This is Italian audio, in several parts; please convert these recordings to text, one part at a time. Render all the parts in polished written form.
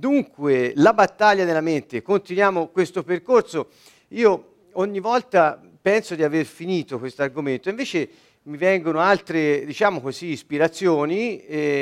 Dunque, la battaglia nella mente, continuiamo questo percorso. Io ogni volta penso di aver finito questo argomento, invece mi vengono altre, diciamo così, ispirazioni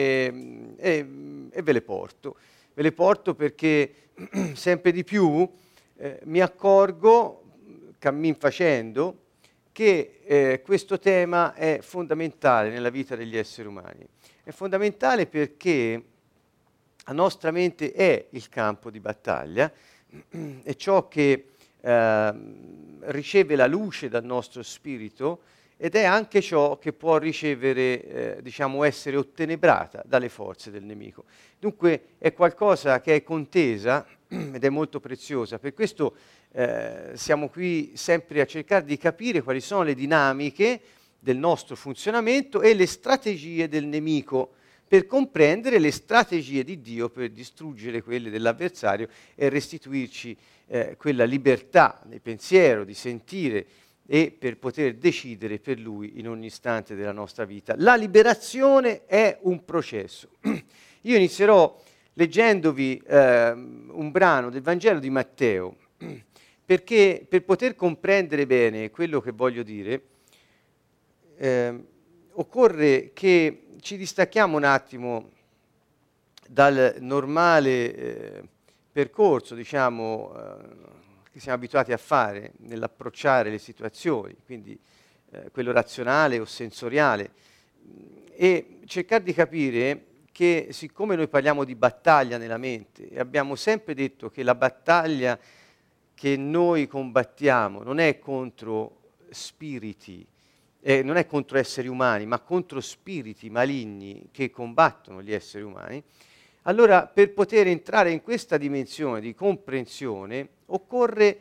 e ve le porto. Ve le porto perché sempre di più mi accorgo, cammin facendo, che questo tema è fondamentale nella vita degli esseri umani. È fondamentale perché la nostra mente è il campo di battaglia, è ciò che riceve la luce dal nostro spirito ed è anche ciò che può ricevere, diciamo, essere ottenebrata dalle forze del nemico. Dunque è qualcosa che è contesa ed è molto preziosa. Per questo siamo qui sempre a cercare di capire quali sono le dinamiche del nostro funzionamento e le strategie del nemico, per comprendere le strategie di Dio per distruggere quelle dell'avversario e restituirci quella libertà di pensiero, di sentire e per poter decidere per Lui in ogni istante della nostra vita. La liberazione è un processo. Io inizierò leggendovi un brano del Vangelo di Matteo, perché per poter comprendere bene quello che voglio dire, occorre che ci distacchiamo un attimo dal normale percorso, diciamo, che siamo abituati a fare nell'approcciare le situazioni, quindi quello razionale o sensoriale, e cercare di capire che siccome noi parliamo di battaglia nella mente e abbiamo sempre detto che la battaglia che noi combattiamo non è contro spiriti, non è contro esseri umani, ma contro spiriti maligni che combattono gli esseri umani, allora per poter entrare in questa dimensione di comprensione occorre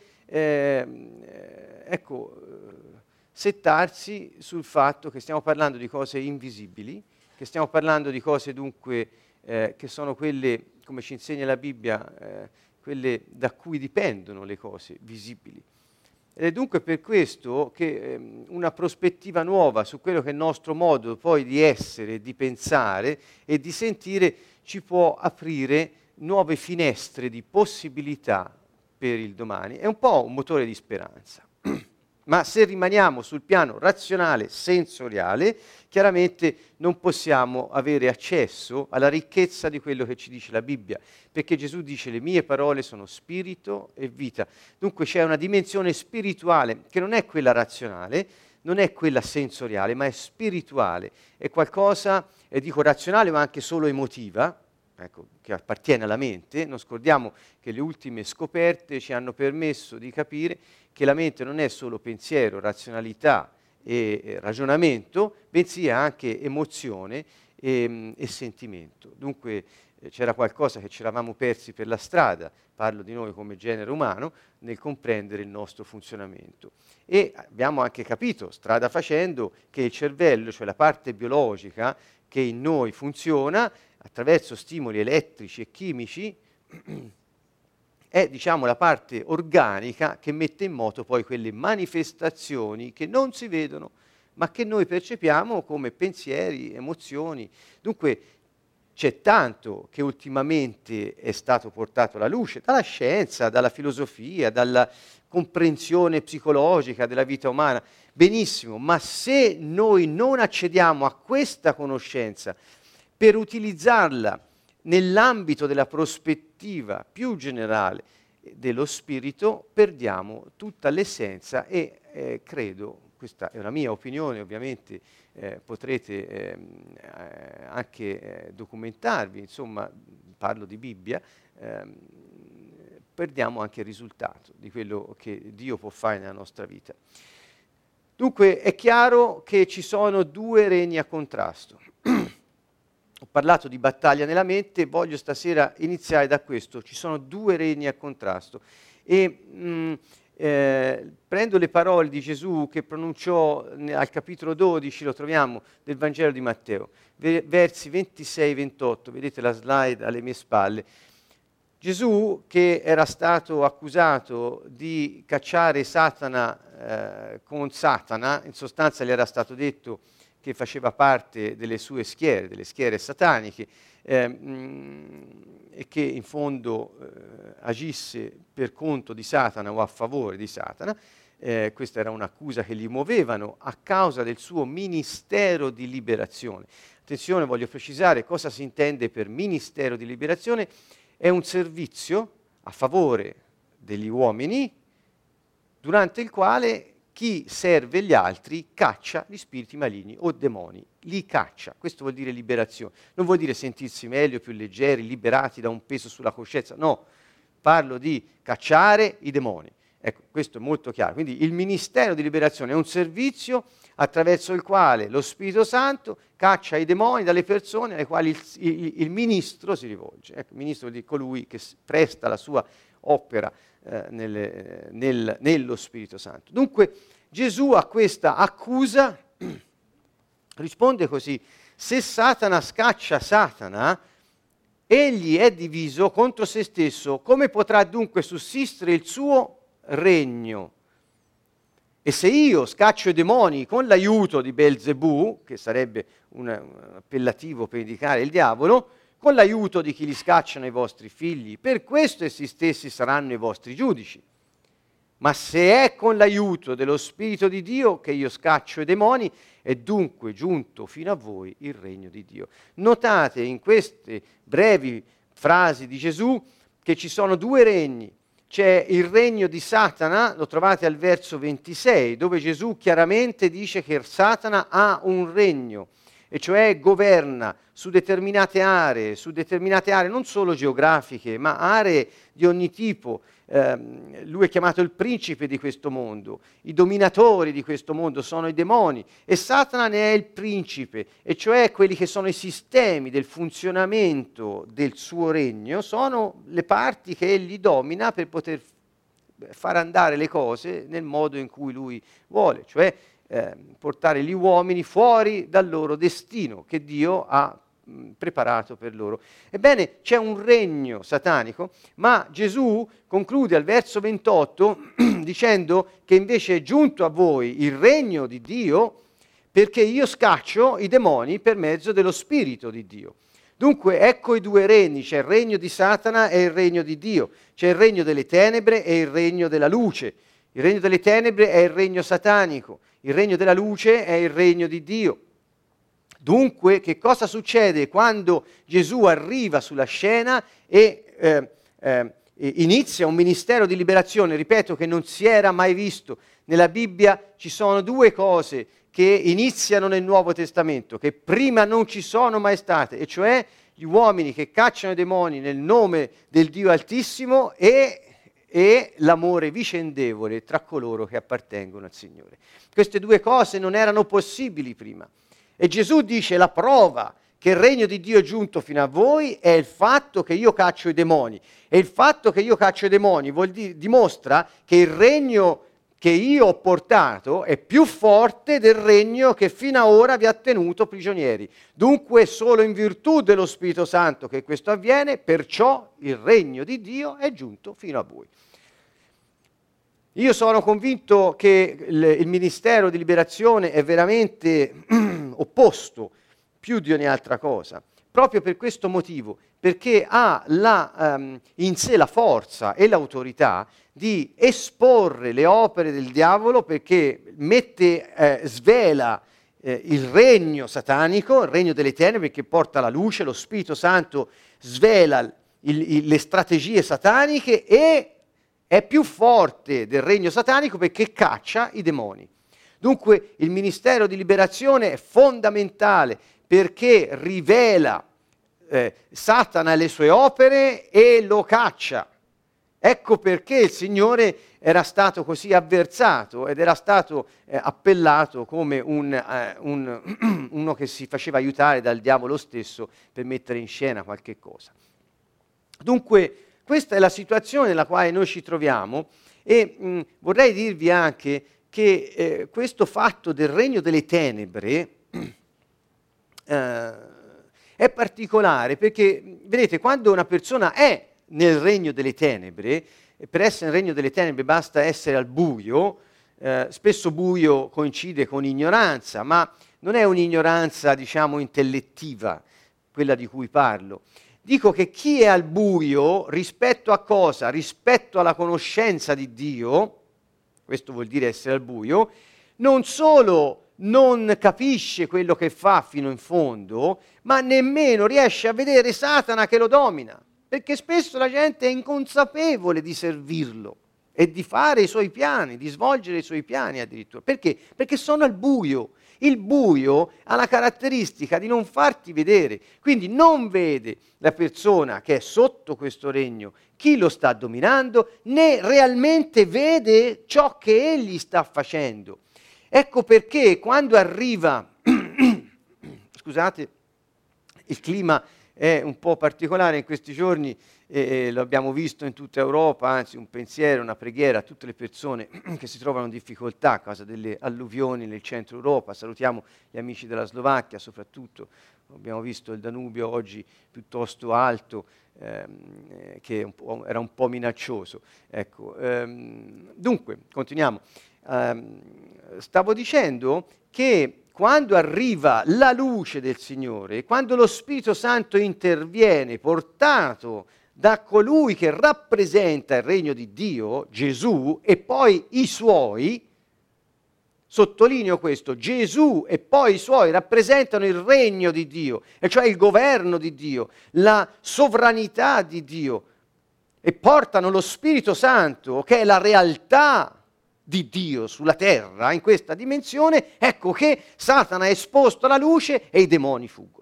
settarsi sul fatto che stiamo parlando di cose invisibili, che stiamo parlando di cose dunque che sono quelle, come ci insegna la Bibbia, quelle da cui dipendono le cose visibili. Ed è dunque per questo che una prospettiva nuova su quello che è il nostro modo poi di essere, di pensare e di sentire ci può aprire nuove finestre di possibilità per il domani. È un po' un motore di speranza. Ma se rimaniamo sul piano razionale, sensoriale, chiaramente non possiamo avere accesso alla ricchezza di quello che ci dice la Bibbia, perché Gesù dice le mie parole sono spirito e vita. Dunque c'è una dimensione spirituale che non è quella razionale, non è quella sensoriale, ma è spirituale, è qualcosa, dico razionale ma anche solo emotiva, ecco, che appartiene alla mente. Non scordiamo che le ultime scoperte ci hanno permesso di capire che la mente non è solo pensiero, razionalità e ragionamento, bensì è anche emozione e sentimento. Dunque c'era qualcosa che ci eravamo persi per la strada, parlo di noi come genere umano, nel comprendere il nostro funzionamento. E abbiamo anche capito, strada facendo, che il cervello, cioè la parte biologica che in noi funziona attraverso stimoli elettrici e chimici, è, diciamo, la parte organica che mette in moto poi quelle manifestazioni che non si vedono, ma che noi percepiamo come pensieri, emozioni. Dunque c'è tanto che ultimamente è stato portato alla luce dalla scienza, dalla filosofia, dalla comprensione psicologica della vita umana. Benissimo, ma se noi non accediamo a questa conoscenza per utilizzarla nell'ambito della prospettiva più generale dello spirito, perdiamo tutta l'essenza e credo, questa è una mia opinione, ovviamente potrete anche documentarvi, insomma parlo di Bibbia, perdiamo anche il risultato di quello che Dio può fare nella nostra vita. Dunque è chiaro che ci sono due regni a contrasto. Ho parlato di battaglia nella mente, voglio stasera iniziare da questo. Ci sono due regni a contrasto. E prendo le parole di Gesù che pronunciò al capitolo 12, lo troviamo, del Vangelo di Matteo, versi 26-28, vedete la slide alle mie spalle. Gesù, che era stato accusato di cacciare Satana con Satana, in sostanza gli era stato detto che faceva parte delle sue schiere, delle schiere sataniche, e che in fondo agisse per conto di Satana o a favore di Satana. Questa era un'accusa che gli muovevano a causa del suo ministero di liberazione. Attenzione, voglio precisare cosa si intende per ministero di liberazione. È un servizio a favore degli uomini durante il quale chi serve gli altri caccia gli spiriti maligni o demoni, li caccia. Questo vuol dire liberazione. Non vuol dire sentirsi meglio, più leggeri, liberati da un peso sulla coscienza. No, parlo di cacciare i demoni. Ecco, questo è molto chiaro. Quindi il ministero di liberazione è un servizio attraverso il quale lo Spirito Santo caccia i demoni dalle persone alle quali il ministro si rivolge. Ecco, il ministro di colui che presta la sua opera nello Spirito Santo. Dunque Gesù a questa accusa risponde così: se Satana scaccia Satana, egli è diviso contro se stesso, come potrà dunque sussistere il suo regno? E se io scaccio i demoni con l'aiuto di Belzebù, che sarebbe un appellativo per indicare il diavolo, con l'aiuto di chi li scacciano i vostri figli, per questo essi stessi saranno i vostri giudici. Ma se è con l'aiuto dello Spirito di Dio che io scaccio i demoni, è dunque giunto fino a voi il regno di Dio. Notate in queste brevi frasi di Gesù che ci sono due regni. C'è il regno di Satana, lo trovate al verso 26, dove Gesù chiaramente dice che Satana ha un regno, e cioè governa su determinate aree non solo geografiche, ma aree di ogni tipo. Lui è chiamato il principe di questo mondo, i dominatori di questo mondo sono i demoni e Satana ne è il principe, e cioè quelli che sono i sistemi del funzionamento del suo regno, sono le parti che egli domina per poter far andare le cose nel modo in cui lui vuole, cioè portare gli uomini fuori dal loro destino che Dio ha preparato per loro. Ebbene, c'è un regno satanico, ma Gesù conclude al verso 28 dicendo che invece è giunto a voi il regno di Dio perché io scaccio i demoni per mezzo dello Spirito di Dio. Dunque ecco i due regni, c'è il regno di Satana e il regno di Dio, c'è il regno delle tenebre e il regno della luce. Il regno delle tenebre è il regno satanico, il regno della luce è il regno di Dio. Dunque, che cosa succede quando Gesù arriva sulla scena e inizia un ministero di liberazione, ripeto, che non si era mai visto? Nella Bibbia ci sono due cose che iniziano nel Nuovo Testamento, che prima non ci sono mai state, e cioè gli uomini che cacciano i demoni nel nome del Dio Altissimo e l'amore vicendevole tra coloro che appartengono al Signore. Queste due cose non erano possibili prima. E Gesù dice: la prova che il regno di Dio è giunto fino a voi è il fatto che io caccio i demoni. E il fatto che io caccio i demoni dimostra che il regno che io ho portato è più forte del regno che fino ad ora vi ha tenuto prigionieri. Dunque è solo in virtù dello Spirito Santo che questo avviene, perciò il regno di Dio è giunto fino a voi. Io sono convinto che il ministero di liberazione è veramente opposto più di ogni altra cosa, proprio per questo motivo, perché ha in sé la forza e l'autorità di esporre le opere del diavolo, perché svela il regno satanico, il regno delle tenebre che porta la luce, lo Spirito Santo svela le strategie sataniche e è più forte del regno satanico perché caccia i demoni. Dunque il ministero di liberazione è fondamentale perché rivela Satana e le sue opere e lo caccia. Ecco perché il Signore era stato così avversato ed era stato appellato come uno che si faceva aiutare dal diavolo stesso per mettere in scena qualche cosa. Dunque questa è la situazione nella quale noi ci troviamo e vorrei dirvi anche che questo fatto del regno delle tenebre è particolare perché, vedete, quando una persona è nel regno delle tenebre, e per essere nel regno delle tenebre basta essere al buio, spesso buio coincide con ignoranza, ma non è un'ignoranza, diciamo, intellettiva, quella di cui parlo. Dico che chi è al buio rispetto a cosa? Rispetto alla conoscenza di Dio, questo vuol dire essere al buio, non solo non capisce quello che fa fino in fondo, ma nemmeno riesce a vedere Satana che lo domina, perché spesso la gente è inconsapevole di servirlo e di fare i suoi piani, di svolgere i suoi piani addirittura. Perché? Perché sono al buio. Il buio ha la caratteristica di non farti vedere, quindi non vede la persona che è sotto questo regno, chi lo sta dominando, né realmente vede ciò che egli sta facendo. Ecco perché quando arriva, scusate, il clima è un po' particolare in questi giorni, lo abbiamo visto in tutta Europa, anzi un pensiero, una preghiera a tutte le persone che si trovano in difficoltà a causa delle alluvioni nel centro Europa. Salutiamo gli amici della Slovacchia soprattutto, abbiamo visto il Danubio oggi piuttosto alto, che era un po' minaccioso. Ecco, dunque, continuiamo. Stavo dicendo che quando arriva la luce del Signore, quando lo Spirito Santo interviene, portato da colui che rappresenta il regno di Dio, Gesù, e poi i suoi, sottolineo questo, Gesù e poi i suoi rappresentano il regno di Dio, e cioè il governo di Dio, la sovranità di Dio, e portano lo Spirito Santo, che è la realtà di Dio sulla terra, in questa dimensione, ecco che Satana è esposto alla luce e i demoni fuggono.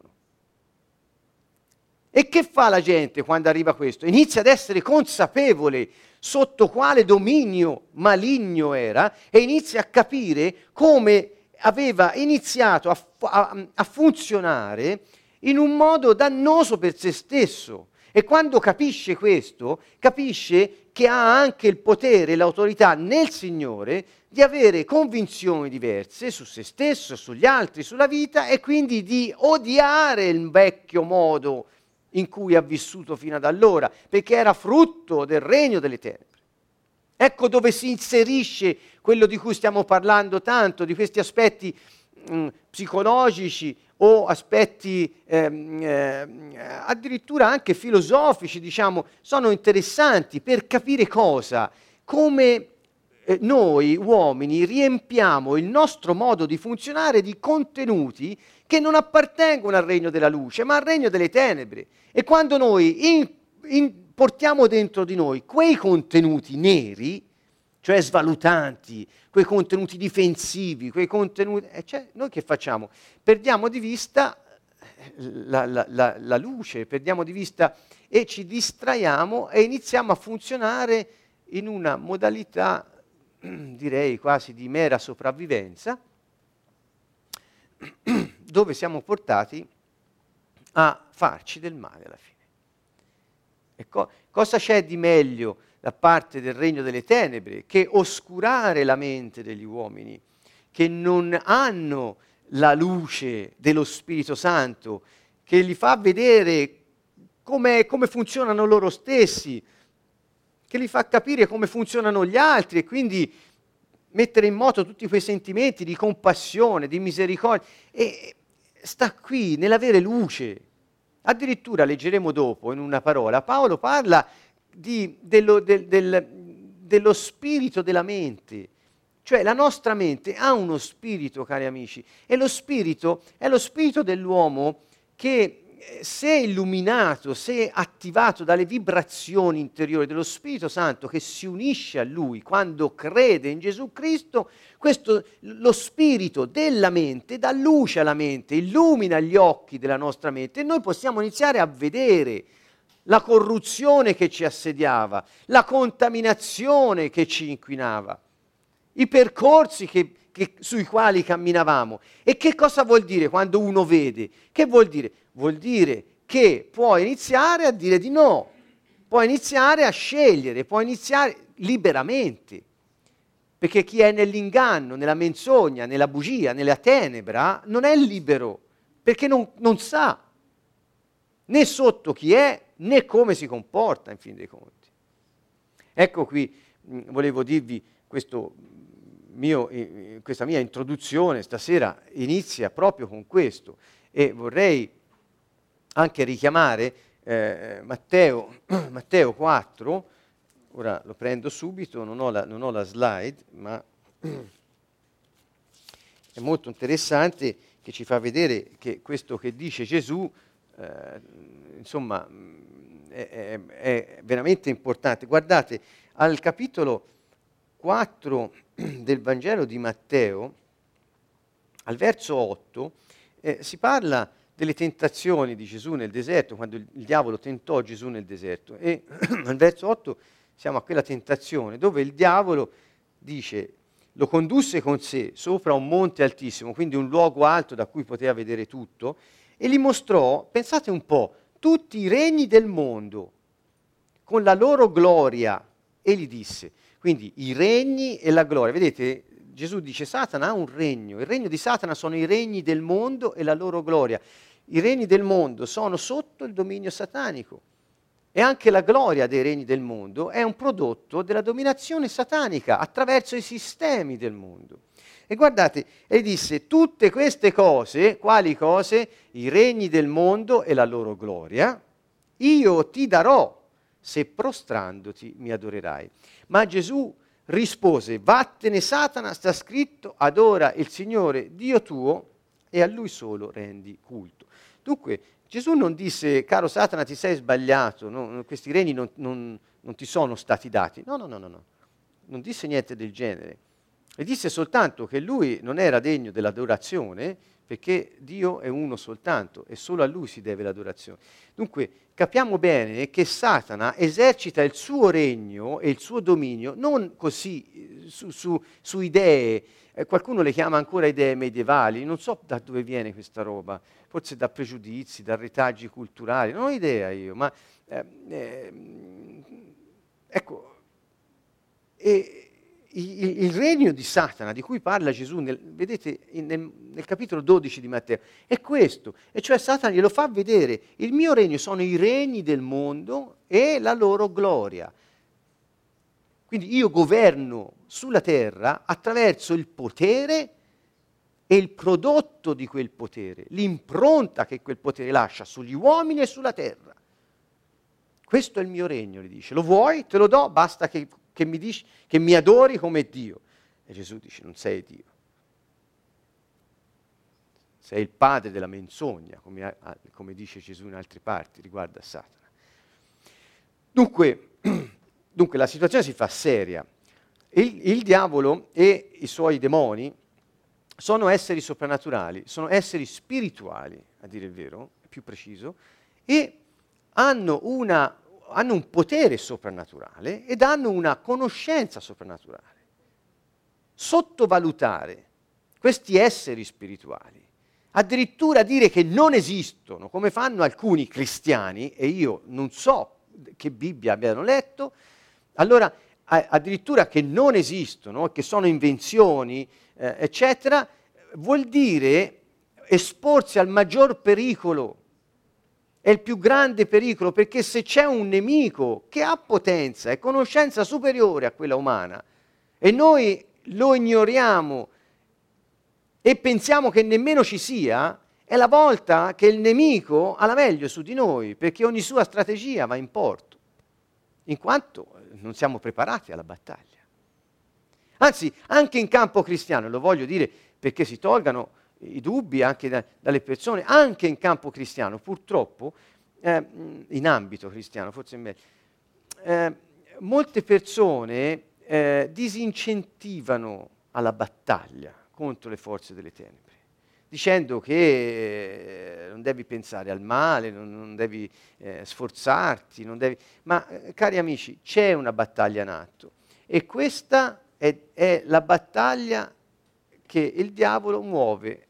E che fa la gente quando arriva questo? Inizia ad essere consapevole sotto quale dominio maligno era e inizia a capire come aveva iniziato a funzionare in un modo dannoso per se stesso. E quando capisce questo, capisce che ha anche il potere e l'autorità nel Signore di avere convinzioni diverse su se stesso, sugli altri, sulla vita, e quindi di odiare il vecchio modo in cui ha vissuto fino ad allora, perché era frutto del regno delle tenebre. Ecco dove si inserisce quello di cui stiamo parlando tanto, di questi aspetti psicologici o aspetti addirittura anche filosofici, diciamo, sono interessanti per capire cosa, come noi uomini riempiamo il nostro modo di funzionare di contenuti che non appartengono al regno della luce, ma al regno delle tenebre. E quando noi portiamo dentro di noi quei contenuti neri, cioè svalutanti, quei contenuti difensivi, quei contenuti, cioè, noi che facciamo? Perdiamo di vista la luce, perdiamo di vista e ci distraiamo e iniziamo a funzionare in una modalità, direi quasi di mera sopravvivenza, dove siamo portati a farci del male alla fine. E cosa c'è di meglio da parte del regno delle tenebre che oscurare la mente degli uomini che non hanno la luce dello Spirito Santo, che li fa vedere come funzionano loro stessi, che li fa capire come funzionano gli altri e quindi mettere in moto tutti quei sentimenti di compassione, di misericordia. E sta qui nell'avere luce. Addirittura leggeremo dopo in una parola, Paolo parla dello spirito della mente, cioè la nostra mente ha uno spirito, cari amici, e lo spirito è lo spirito dell'uomo che se illuminato, se attivato dalle vibrazioni interiori dello Spirito Santo che si unisce a lui quando crede in Gesù Cristo, lo spirito della mente dà luce alla mente, illumina gli occhi della nostra mente e noi possiamo iniziare a vedere la corruzione che ci assediava, la contaminazione che ci inquinava, i percorsi sui quali camminavamo. E che cosa vuol dire quando uno vede? Che vuol dire? Vuol dire che può iniziare a dire di no, può iniziare a scegliere, può iniziare liberamente. Perché chi è nell'inganno, nella menzogna, nella bugia, nella tenebra, non è libero, perché non sa né sotto chi è, né come si comporta, in fin dei conti. Ecco qui, volevo dirvi questa mia introduzione stasera inizia proprio con questo e vorrei anche richiamare Matteo 4, ora lo prendo subito, non ho la slide, ma è molto interessante, che ci fa vedere che questo che dice Gesù, insomma, è veramente importante. Guardate, al capitolo 4 del Vangelo di Matteo, al verso 8, si parla delle tentazioni di Gesù nel deserto, quando il diavolo tentò Gesù nel deserto. E al verso 8 siamo a quella tentazione dove il diavolo dice, lo condusse con sé sopra un monte altissimo, quindi un luogo alto da cui poteva vedere tutto, e gli mostrò, pensate un po', tutti i regni del mondo con la loro gloria, e gli disse, quindi i regni e la gloria, vedete, Gesù dice Satana ha un regno, il regno di Satana sono i regni del mondo e la loro gloria. I regni del mondo sono sotto il dominio satanico e anche la gloria dei regni del mondo è un prodotto della dominazione satanica attraverso i sistemi del mondo. E guardate, e disse tutte queste cose, quali cose? I regni del mondo e la loro gloria, io ti darò se prostrandoti mi adorerai. Ma Gesù rispose, vattene Satana, sta scritto, adora il Signore Dio tuo e a Lui solo rendi culto. Dunque, Gesù non disse, caro Satana, ti sei sbagliato, no? Questi regni non ti sono stati dati. No, non disse niente del genere. E disse soltanto che Lui non era degno dell'adorazione, perché Dio è uno soltanto e solo a Lui si deve l'adorazione. Dunque, capiamo bene che Satana esercita il suo regno e il suo dominio non così su idee, qualcuno le chiama ancora idee medievali, non so da dove viene questa roba, forse da pregiudizi, da retaggi culturali, non ho idea io, ma ecco, il regno di Satana di cui parla Gesù, vedete nel capitolo 12 di Matteo, è questo, e cioè Satana glielo fa vedere, il mio regno sono i regni del mondo e la loro gloria. Quindi io governo sulla terra attraverso il potere e il prodotto di quel potere, l'impronta che quel potere lascia sugli uomini e sulla terra. Questo è il mio regno, gli dice. Lo vuoi? Te lo do, basta che mi dici, che mi adori come Dio. E Gesù dice, non sei Dio. Sei il padre della menzogna, come dice Gesù in altre parti riguardo a Satana. Dunque la situazione si fa seria. Il diavolo e i suoi demoni sono esseri soprannaturali, sono esseri spirituali, a dire il vero, è più preciso, e hanno un potere soprannaturale ed hanno una conoscenza soprannaturale. Sottovalutare questi esseri spirituali, addirittura dire che non esistono, come fanno alcuni cristiani, e io non so che Bibbia abbiano letto, allora addirittura che non esistono, che sono invenzioni, eccetera, vuol dire esporsi al maggior pericolo. È il più grande pericolo, perché se c'è un nemico che ha potenza e conoscenza superiore a quella umana e noi lo ignoriamo e pensiamo che nemmeno ci sia, è la volta che il nemico ha la meglio su di noi, perché ogni sua strategia va in porto, in quanto non siamo preparati alla battaglia. Anzi, anche in campo cristiano, lo voglio dire perché si tolgano i dubbi anche dalle persone, anche in campo cristiano, purtroppo, in ambito cristiano, forse meglio, molte persone disincentivano alla battaglia contro le forze delle tenebre, dicendo che non devi pensare al male, non devi sforzarti, ma cari amici, c'è una battaglia in atto e questa è la battaglia che il diavolo muove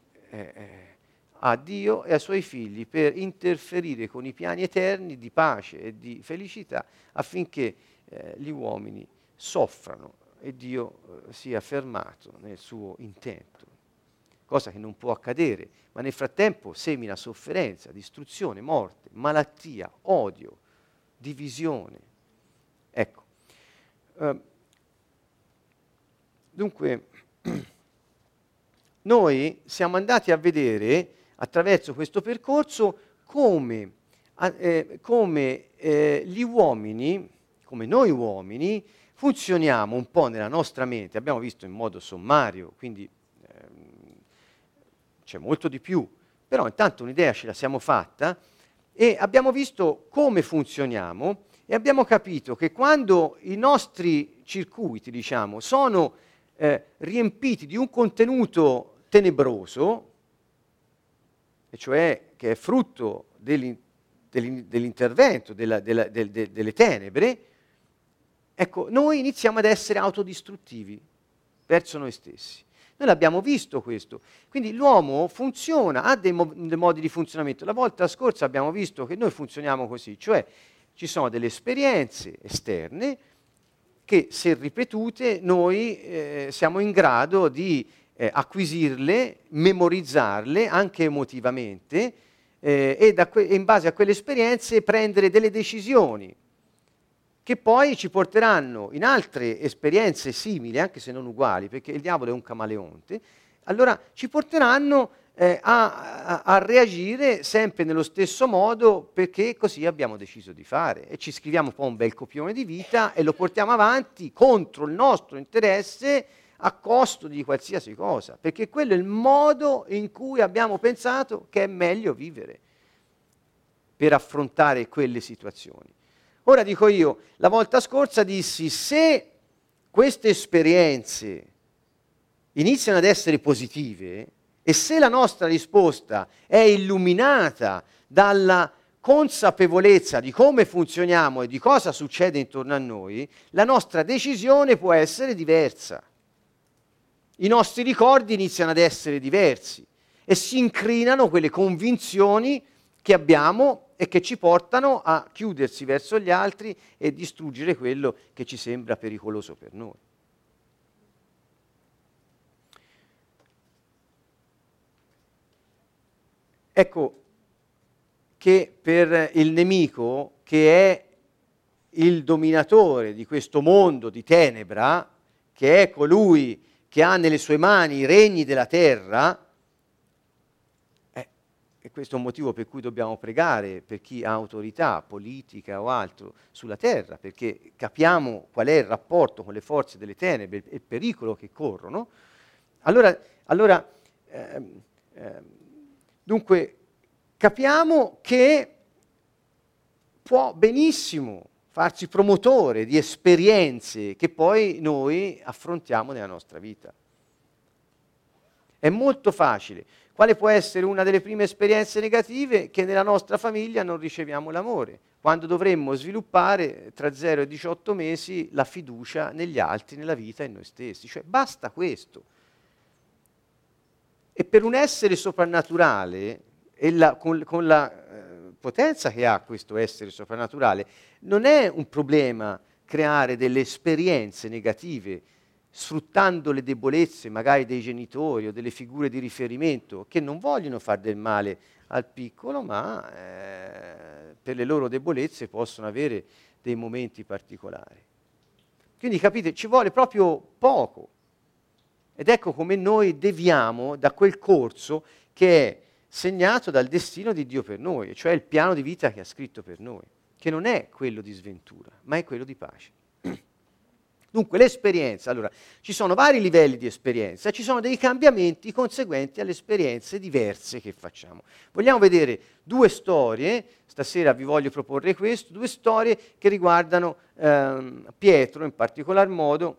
a Dio e ai suoi figli per interferire con i piani eterni di pace e di felicità affinché gli uomini soffrano e Dio sia fermato nel suo intento, cosa che non può accadere, ma nel frattempo semina sofferenza, distruzione, morte, malattia, odio, divisione. Ecco. Dunque, noi siamo andati a vedere attraverso questo percorso come gli uomini, come noi uomini, funzioniamo un po' nella nostra mente. Abbiamo visto in modo sommario, quindi c'è molto di più, però intanto un'idea ce la siamo fatta e abbiamo visto come funzioniamo e abbiamo capito che quando i nostri circuiti, diciamo, sono riempiti di un contenuto tenebroso, e cioè che è frutto dell'intervento delle tenebre, ecco, noi iniziamo ad essere autodistruttivi verso noi stessi. Noi l'abbiamo visto questo. Quindi l'uomo funziona, ha dei modi di funzionamento. La volta scorsa abbiamo visto che noi funzioniamo così, cioè ci sono delle esperienze esterne che, se ripetute, noi siamo in grado di acquisirle, memorizzarle anche emotivamente e in base a quelle esperienze prendere delle decisioni che poi ci porteranno in altre esperienze simili, anche se non uguali, perché il diavolo è un camaleonte, allora ci porteranno a reagire sempre nello stesso modo, perché così abbiamo deciso di fare. E ci scriviamo un po' un bel copione di vita e lo portiamo avanti contro il nostro interesse a costo di qualsiasi cosa, perché quello è il modo in cui abbiamo pensato che è meglio vivere per affrontare quelle situazioni. Ora dico io, la volta scorsa dissi, se queste esperienze iniziano ad essere positive e se la nostra risposta è illuminata dalla consapevolezza di come funzioniamo e di cosa succede intorno a noi, la nostra decisione può essere diversa. I nostri ricordi iniziano ad essere diversi e si incrinano quelle convinzioni che abbiamo e che ci portano a chiudersi verso gli altri e distruggere quello che ci sembra pericoloso per noi. Ecco che per il nemico, che è il dominatore di questo mondo di tenebra, che è colui che ha nelle sue mani i regni della terra, e questo è un motivo per cui dobbiamo pregare per chi ha autorità politica o altro sulla terra, perché capiamo qual è il rapporto con le forze delle tenebre e il pericolo che corrono. Dunque, capiamo che può benissimo farci promotore di esperienze che poi noi affrontiamo nella nostra vita. È molto facile. Quale può essere una delle prime esperienze negative? Che nella nostra famiglia non riceviamo l'amore, quando dovremmo sviluppare tra 0 e 18 mesi la fiducia negli altri, nella vita e in noi stessi. Cioè, basta questo. E per un essere soprannaturale, e con la potenza che ha questo essere soprannaturale, non è un problema creare delle esperienze negative sfruttando le debolezze magari dei genitori o delle figure di riferimento che non vogliono fare del male al piccolo, ma per le loro debolezze possono avere dei momenti particolari. Quindi capite, ci vuole proprio poco. Ed ecco come noi deviamo da quel corso che è segnato dal destino di Dio per noi, cioè il piano di vita che ha scritto per noi, che non è quello di sventura, ma è quello di pace. Dunque l'esperienza, allora, ci sono vari livelli di esperienza, ci sono dei cambiamenti conseguenti alle esperienze diverse che facciamo. Vogliamo vedere due storie, stasera vi voglio proporre questo, due storie che riguardano Pietro in particolar modo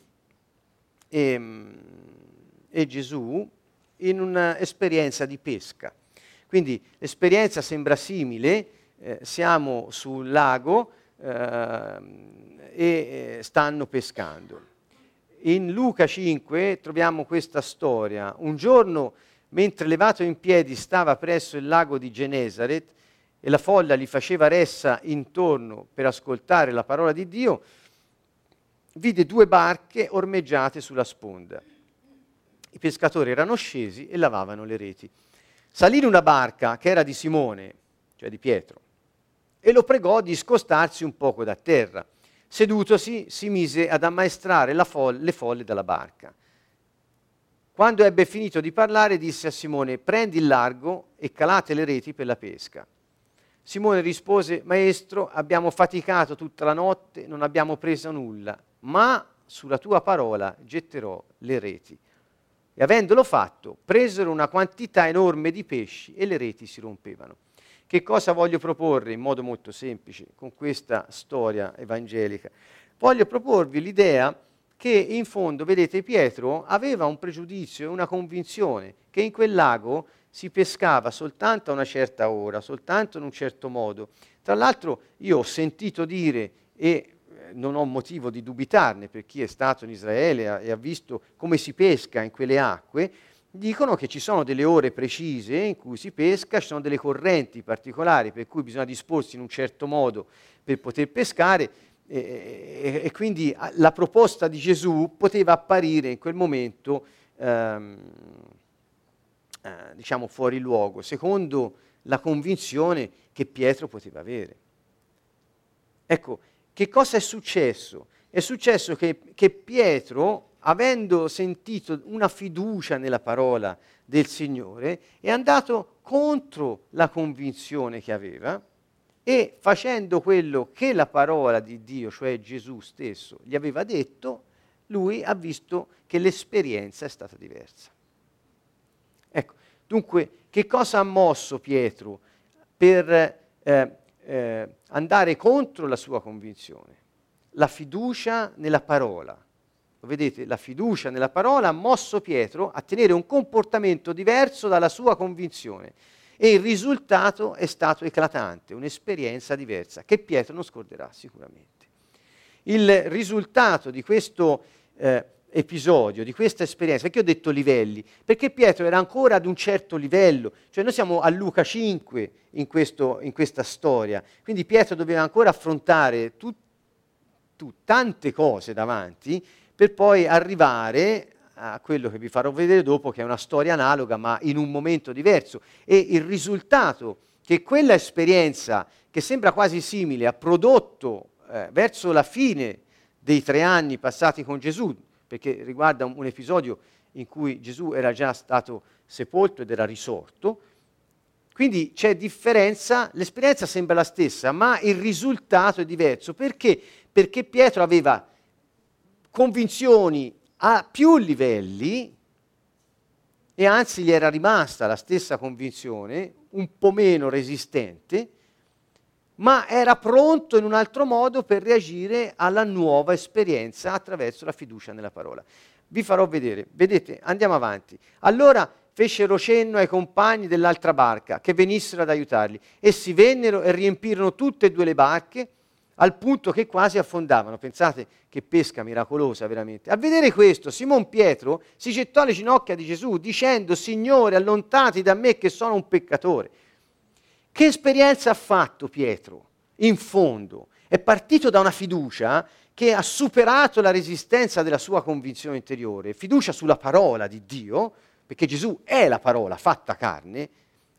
e Gesù in un'esperienza di pesca. Quindi l'esperienza sembra simile, siamo sul lago, e stanno pescando. In Luca 5 troviamo questa storia. Un giorno, mentre levato in piedi stava presso il lago di Genesaret e la folla gli faceva ressa intorno per ascoltare la parola di Dio, vide due barche ormeggiate sulla sponda. I pescatori erano scesi e lavavano le reti. Salì in una barca che era di Simone, cioè di Pietro, e lo pregò di scostarsi un poco da terra. Sedutosi, si mise ad ammaestrare le folle dalla barca. Quando ebbe finito di parlare, disse a Simone: prendi il largo e calate le reti per la pesca. Simone rispose: Maestro, abbiamo faticato tutta la notte, non abbiamo preso nulla, ma sulla tua parola getterò le reti. E avendolo fatto, presero una quantità enorme di pesci e le reti si rompevano. Che cosa voglio proporre in modo molto semplice con questa storia evangelica? Voglio proporvi l'idea che in fondo, vedete, Pietro aveva un pregiudizio e una convinzione che in quel lago si pescava soltanto a una certa ora, soltanto in un certo modo. Tra l'altro io ho sentito dire, e non ho motivo di dubitarne per chi è stato in Israele e ha visto come si pesca in quelle acque, dicono che ci sono delle ore precise in cui si pesca, ci sono delle correnti particolari per cui bisogna disporsi in un certo modo per poter pescare e quindi la proposta di Gesù poteva apparire in quel momento diciamo fuori luogo, secondo la convinzione che Pietro poteva avere. Ecco, che cosa è successo? È successo che Pietro, avendo sentito una fiducia nella parola del Signore, è andato contro la convinzione che aveva e facendo quello che la parola di Dio, cioè Gesù stesso, gli aveva detto, lui ha visto che l'esperienza è stata diversa. Ecco, dunque, che cosa ha mosso Pietro per andare contro la sua convinzione? La fiducia nella parola. Lo vedete? La fiducia nella parola ha mosso Pietro a tenere un comportamento diverso dalla sua convinzione e il risultato è stato eclatante, un'esperienza diversa che Pietro non scorderà sicuramente. Il risultato di questo episodio, di questa esperienza, perché ho detto livelli? Perché Pietro era ancora ad un certo livello, cioè noi siamo a Luca 5 in questa storia, quindi Pietro doveva ancora affrontare tante cose davanti per poi arrivare a quello che vi farò vedere dopo, che è una storia analoga ma in un momento diverso, e il risultato che quella esperienza, che sembra quasi simile, ha prodotto verso la fine dei 3 anni passati con Gesù, perché riguarda un episodio in cui Gesù era già stato sepolto ed era risorto. Quindi c'è differenza, l'esperienza sembra la stessa, ma il risultato è diverso. Perché? Perché Pietro aveva convinzioni a più livelli e anzi gli era rimasta la stessa convinzione, un po' meno resistente, ma era pronto in un altro modo per reagire alla nuova esperienza attraverso la fiducia nella parola. Vi farò vedere, vedete, andiamo avanti. Allora fecero cenno ai compagni dell'altra barca che venissero ad aiutarli. Essi vennero e riempirono tutte e 2 le barche al punto che quasi affondavano. Pensate che pesca miracolosa veramente. A vedere questo, Simon Pietro si gettò alle ginocchia di Gesù dicendo: Signore, allontanati da me che sono un peccatore. Che esperienza ha fatto Pietro? In fondo è partito da una fiducia che ha superato la resistenza della sua convinzione interiore, fiducia sulla parola di Dio, perché Gesù è la parola fatta carne,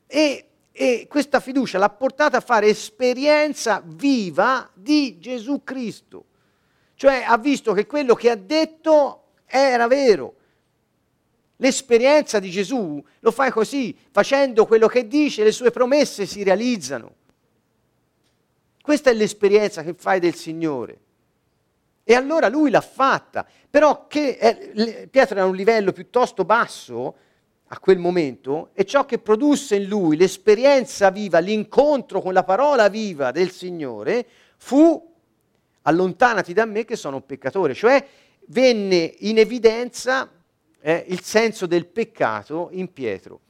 e questa fiducia l'ha portata a fare esperienza viva di Gesù Cristo. Cioè ha visto che quello che ha detto era vero. L'esperienza di Gesù lo fai così, facendo quello che dice, le sue promesse si realizzano. Questa è l'esperienza che fai del Signore. E allora lui l'ha fatta, però Pietro era a un livello piuttosto basso a quel momento, e ciò che produsse in lui l'esperienza viva, l'incontro con la parola viva del Signore, fu: allontanati da me che sono un peccatore. Cioè venne in evidenza il senso del peccato in Pietro.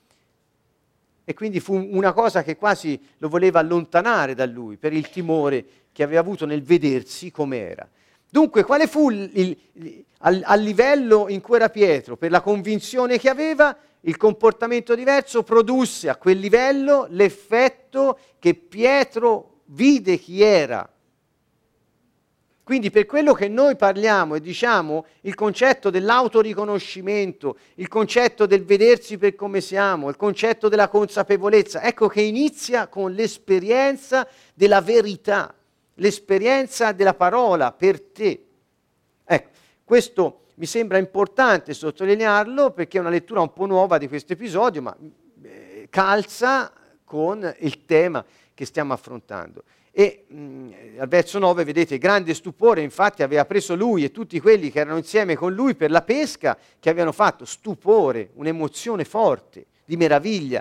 E quindi fu una cosa che quasi lo voleva allontanare da lui, per il timore che aveva avuto nel vedersi com'era. Dunque, quale fu al livello in cui era Pietro, per la convinzione che aveva, il comportamento diverso produsse a quel livello l'effetto che Pietro vide chi era. Quindi per quello che noi parliamo e diciamo, il concetto dell'autoriconoscimento, il concetto del vedersi per come siamo, il concetto della consapevolezza, ecco che inizia con l'esperienza della verità, l'esperienza della parola per te. Ecco, questo mi sembra importante sottolinearlo perché è una lettura un po' nuova di questo episodio, ma calza con il tema che stiamo affrontando. E al verso 9 vedete, grande stupore infatti aveva preso lui e tutti quelli che erano insieme con lui per la pesca che avevano fatto. Stupore, un'emozione forte, di meraviglia.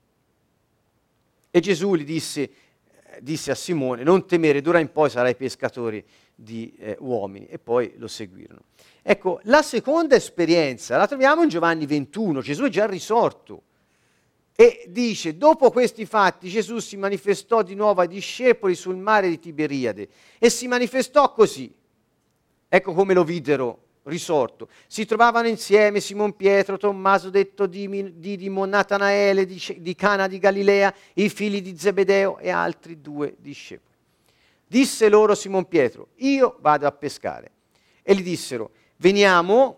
E Gesù gli disse a Simone, non temere, d'ora in poi sarai pescatore di uomini. E poi lo seguirono. Ecco, la seconda esperienza la troviamo in Giovanni 21, Gesù è già risorto. E dice, dopo questi fatti Gesù si manifestò di nuovo ai discepoli sul mare di Tiberiade e si manifestò così. Ecco come lo videro risorto. Si trovavano insieme Simon Pietro, Tommaso detto Didimo, Natanaele di Cana di Galilea, i figli di Zebedeo e altri 2 discepoli. Disse loro Simon Pietro, io vado a pescare. E gli dissero, veniamo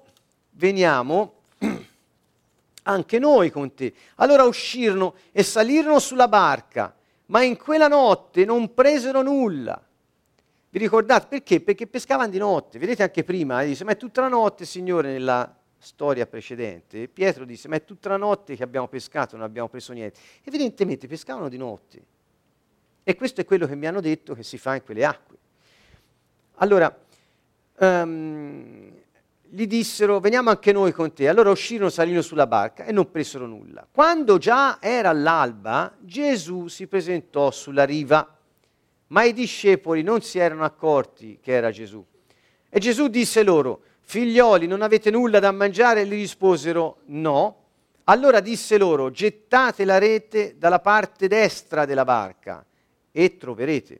anche noi con te. Allora uscirono e salirono sulla barca, ma in quella notte non presero nulla. Vi ricordate perché? Perché pescavano di notte. Vedete anche prima, dice, ma è tutta la notte, Signore, nella storia precedente. Pietro disse, ma è tutta la notte che abbiamo pescato, non abbiamo preso niente. Evidentemente pescavano di notte. E questo è quello che mi hanno detto che si fa in quelle acque. Allora, gli dissero, veniamo anche noi con te. Allora uscirono, salirono sulla barca e non presero nulla. Quando già era l'alba, Gesù si presentò sulla riva, ma i discepoli non si erano accorti che era Gesù. E Gesù disse loro, figlioli, non avete nulla da mangiare? E gli risposero, no. Allora disse loro, gettate la rete dalla parte destra della barca e troverete.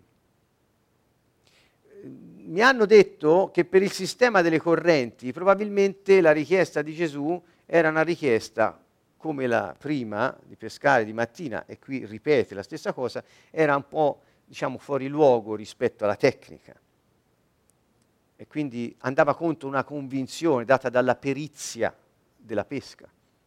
Mi hanno detto che per il sistema delle correnti probabilmente la richiesta di Gesù era una richiesta come la prima di pescare di mattina, e qui ripete la stessa cosa, era un po' diciamo fuori luogo rispetto alla tecnica. E quindi andava contro una convinzione data dalla perizia della pesca.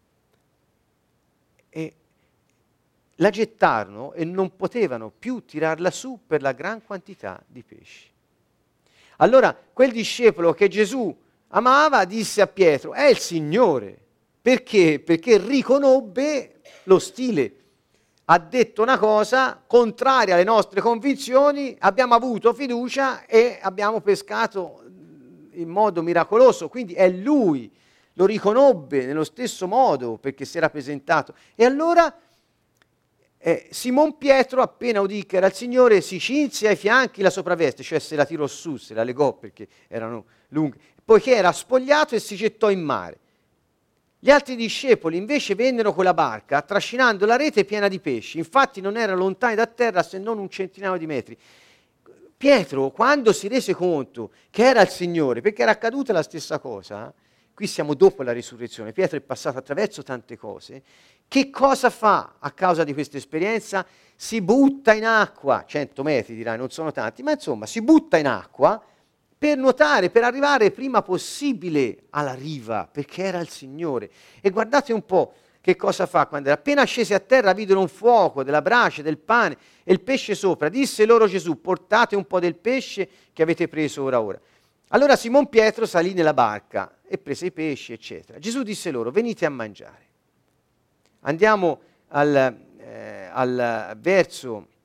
E la gettarono e non potevano più tirarla su per la gran quantità di pesci. Allora quel discepolo che Gesù amava disse a Pietro, è il Signore. Perché? Perché riconobbe lo stile. Ha detto una cosa contraria alle nostre convinzioni, abbiamo avuto fiducia e abbiamo pescato in modo miracoloso. Quindi è lui, lo riconobbe nello stesso modo perché si era presentato. E allora Simon Pietro, appena udì che era il Signore, si cinse ai fianchi la sopravveste, cioè se la tirò su, se la legò perché erano lunghe, poiché era spogliato e si gettò in mare. Gli altri discepoli invece vennero con la barca, trascinando la rete piena di pesci, infatti non erano lontani da terra se non un centinaio di metri. Pietro, quando si rese conto che era il Signore, perché era accaduta la stessa cosa, qui siamo dopo la risurrezione, Pietro è passato attraverso tante cose, che cosa fa a causa di questa esperienza? Si butta in acqua, 100 metri dirai, non sono tanti, ma insomma si butta in acqua per nuotare, per arrivare prima possibile alla riva, perché era il Signore. E guardate un po' che cosa fa quando era appena scesi a terra, videro un fuoco, della brace, del pane e il pesce sopra. Disse loro Gesù, portate un po' del pesce che avete preso ora. Allora Simon Pietro salì nella barca e prese i pesci, eccetera. Gesù disse loro, venite a mangiare. Andiamo al verso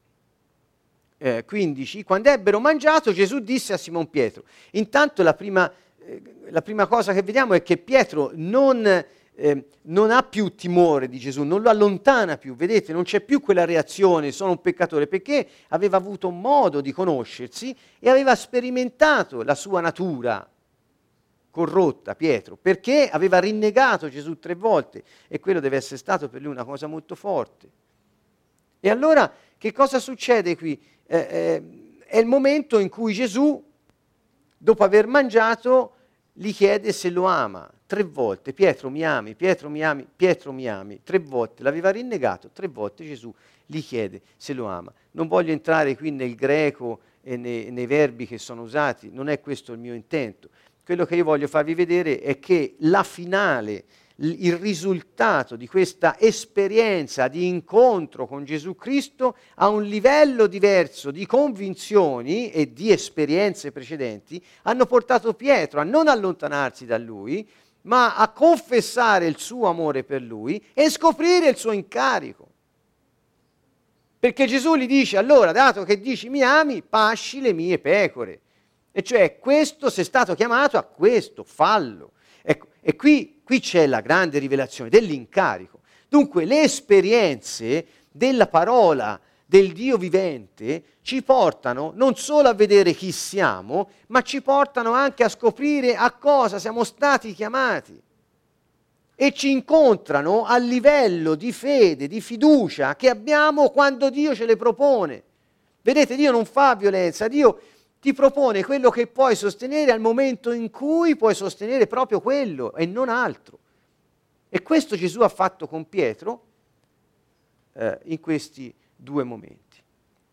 15. Quando ebbero mangiato, Gesù disse a Simon Pietro. Intanto la prima cosa che vediamo è che Pietro non ha più timore di Gesù, non lo allontana più, vedete, non c'è più quella reazione, sono un peccatore, perché aveva avuto modo di conoscersi e aveva sperimentato la sua natura corrotta, Pietro, perché aveva rinnegato Gesù 3 volte e quello deve essere stato per lui una cosa molto forte. E allora che cosa succede qui? È il momento in cui Gesù, dopo aver mangiato, gli chiede se lo ama 3 volte. Pietro mi ami, Pietro mi ami, Pietro mi ami. 3 volte, l'aveva rinnegato, 3 volte Gesù gli chiede se lo ama. Non voglio entrare qui nel greco e nei verbi che sono usati, non è questo il mio intento. Quello che io voglio farvi vedere è che la finale, il risultato di questa esperienza di incontro con Gesù Cristo ha un livello diverso di convinzioni e di esperienze precedenti, hanno portato Pietro a non allontanarsi da lui, ma a confessare il suo amore per lui e scoprire il suo incarico. Perché Gesù gli dice, allora, dato che dici mi ami, pasci le mie pecore. E cioè, questo sei stato chiamato a questo, fallo. Ecco, e qui c'è la grande rivelazione dell'incarico. Dunque, le esperienze della parola del Dio vivente ci portano non solo a vedere chi siamo, ma ci portano anche a scoprire a cosa siamo stati chiamati. E ci incontrano al livello di fede, di fiducia che abbiamo quando Dio ce le propone. Vedete, Dio non fa violenza, Dio ti propone quello che puoi sostenere al momento in cui puoi sostenere proprio quello e non altro. E questo Gesù ha fatto con Pietro in questi due momenti.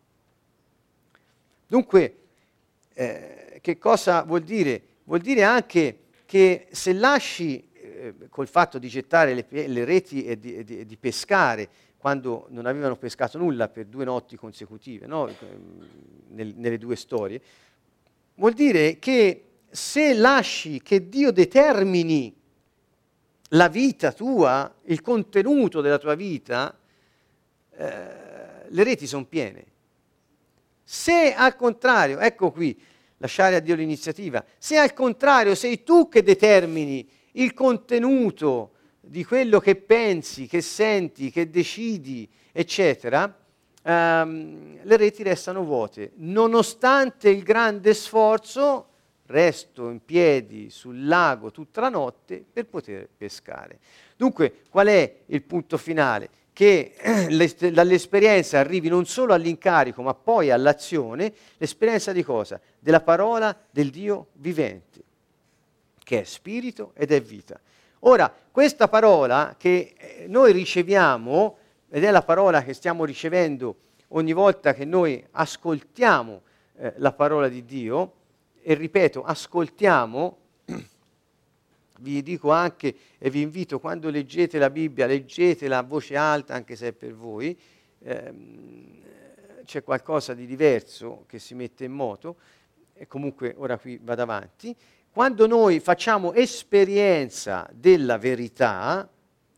Dunque, che cosa vuol dire? Vuol dire anche che se lasci col fatto di gettare le reti e di pescare quando non avevano pescato nulla per 2 notti consecutive, no? Nelle due storie, vuol dire che se lasci che Dio determini la vita tua, il contenuto della tua vita, le reti sono piene. Se al contrario, ecco qui, lasciare a Dio l'iniziativa, se al contrario sei tu che determini il contenuto di quello che pensi, che senti, che decidi, eccetera, le reti restano vuote. Nonostante il grande sforzo, resto in piedi sul lago tutta la notte per poter pescare. Dunque, qual è il punto finale? Che dall'esperienza arrivi non solo all'incarico, ma poi all'azione, l'esperienza di cosa? Della parola del Dio vivente, che è spirito ed è vita. Ora, questa parola che noi riceviamo, ed è la parola che stiamo ricevendo ogni volta che noi ascoltiamo la parola di Dio, e ripeto, ascoltiamo, vi dico anche e vi invito, quando leggete la Bibbia, leggetela a voce alta, anche se è per voi, c'è qualcosa di diverso che si mette in moto, e comunque ora qui vado avanti. Quando noi facciamo esperienza della verità,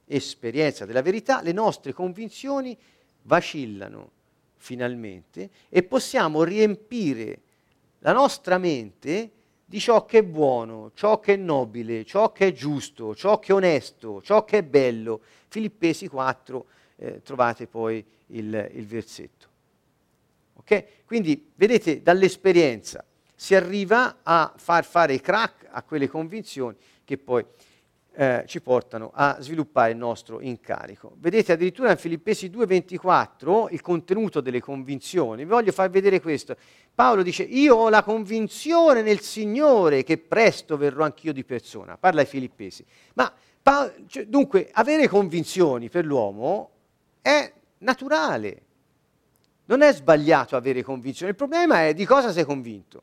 le nostre convinzioni vacillano finalmente e possiamo riempire la nostra mente di ciò che è buono, ciò che è nobile, ciò che è giusto, ciò che è onesto, ciò che è bello. Filippesi 4, trovate poi il versetto. Ok? Quindi, vedete, dall'esperienza si arriva a far fare i crack a quelle convinzioni che poi ci portano a sviluppare il nostro incarico. Vedete addirittura in Filippesi 2,24 il contenuto delle convinzioni. Vi voglio far vedere questo. Paolo dice: io ho la convinzione nel Signore che presto verrò anch'io di persona. Parla ai Filippesi. Ma dunque avere convinzioni per l'uomo è naturale. Non è sbagliato avere convinzioni. Il problema è di cosa sei convinto.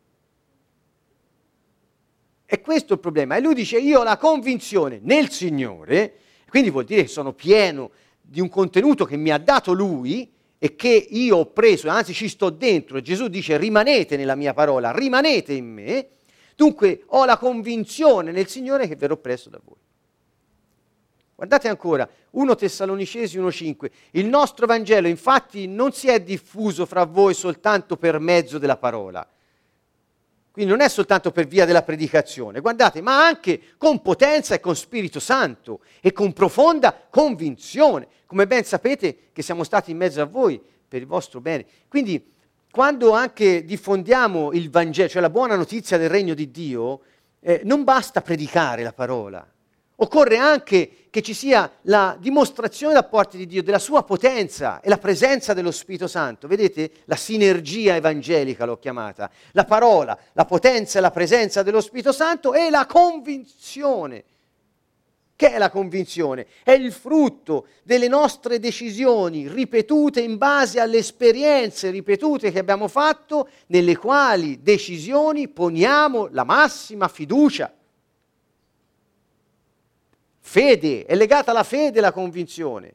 È questo il problema. E lui dice: io ho la convinzione nel Signore, quindi vuol dire che sono pieno di un contenuto che mi ha dato Lui e che io ho preso, anzi ci sto dentro. E Gesù dice: rimanete nella mia parola, rimanete in me. Dunque ho la convinzione nel Signore che verrò presto da voi. Guardate ancora, 1 Tessalonicesi 1,5. Il nostro Vangelo infatti non si è diffuso fra voi soltanto per mezzo della parola. Quindi non è soltanto per via della predicazione, guardate, ma anche con potenza e con Spirito Santo e con profonda convinzione, come ben sapete che siamo stati in mezzo a voi per il vostro bene. Quindi quando anche diffondiamo il Vangelo, cioè la buona notizia del regno di Dio, non basta predicare la parola. Occorre anche che ci sia la dimostrazione da parte di Dio della sua potenza e la presenza dello Spirito Santo. Vedete? La sinergia evangelica l'ho chiamata. La parola, la potenza e la presenza dello Spirito Santo e la convinzione. Che è la convinzione? È il frutto delle nostre decisioni ripetute in base alle esperienze ripetute che abbiamo fatto, nelle quali decisioni poniamo la massima fiducia. Fede, è legata alla fede la convinzione.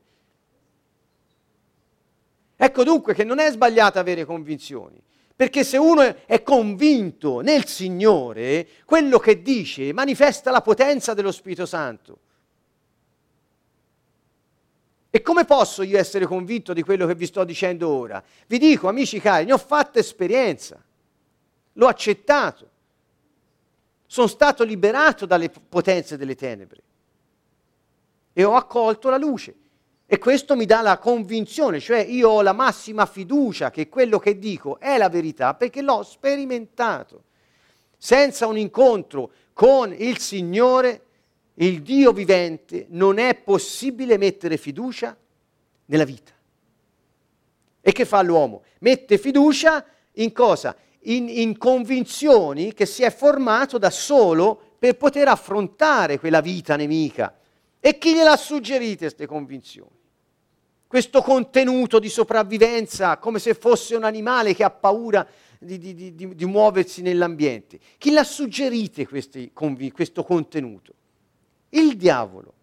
Ecco dunque che non è sbagliato avere convinzioni, perché se uno è convinto nel Signore, quello che dice manifesta la potenza dello Spirito Santo. E come posso io essere convinto di quello che vi sto dicendo ora? Vi dico, amici cari, ne ho fatta esperienza, l'ho accettato, sono stato liberato dalle potenze delle tenebre e ho accolto la luce. E questo mi dà la convinzione, cioè io ho la massima fiducia che quello che dico è la verità perché l'ho sperimentato. Senza un incontro con il Signore, il Dio vivente, non è possibile mettere fiducia nella vita. E che fa l'uomo? Mette fiducia in cosa? In convinzioni che si è formato da solo per poter affrontare quella vita nemica. E chi gliel'ha suggerite queste convinzioni? Questo contenuto di sopravvivenza come se fosse un animale che ha paura di muoversi nell'ambiente. Chi l'ha suggerite questo contenuto? Il diavolo,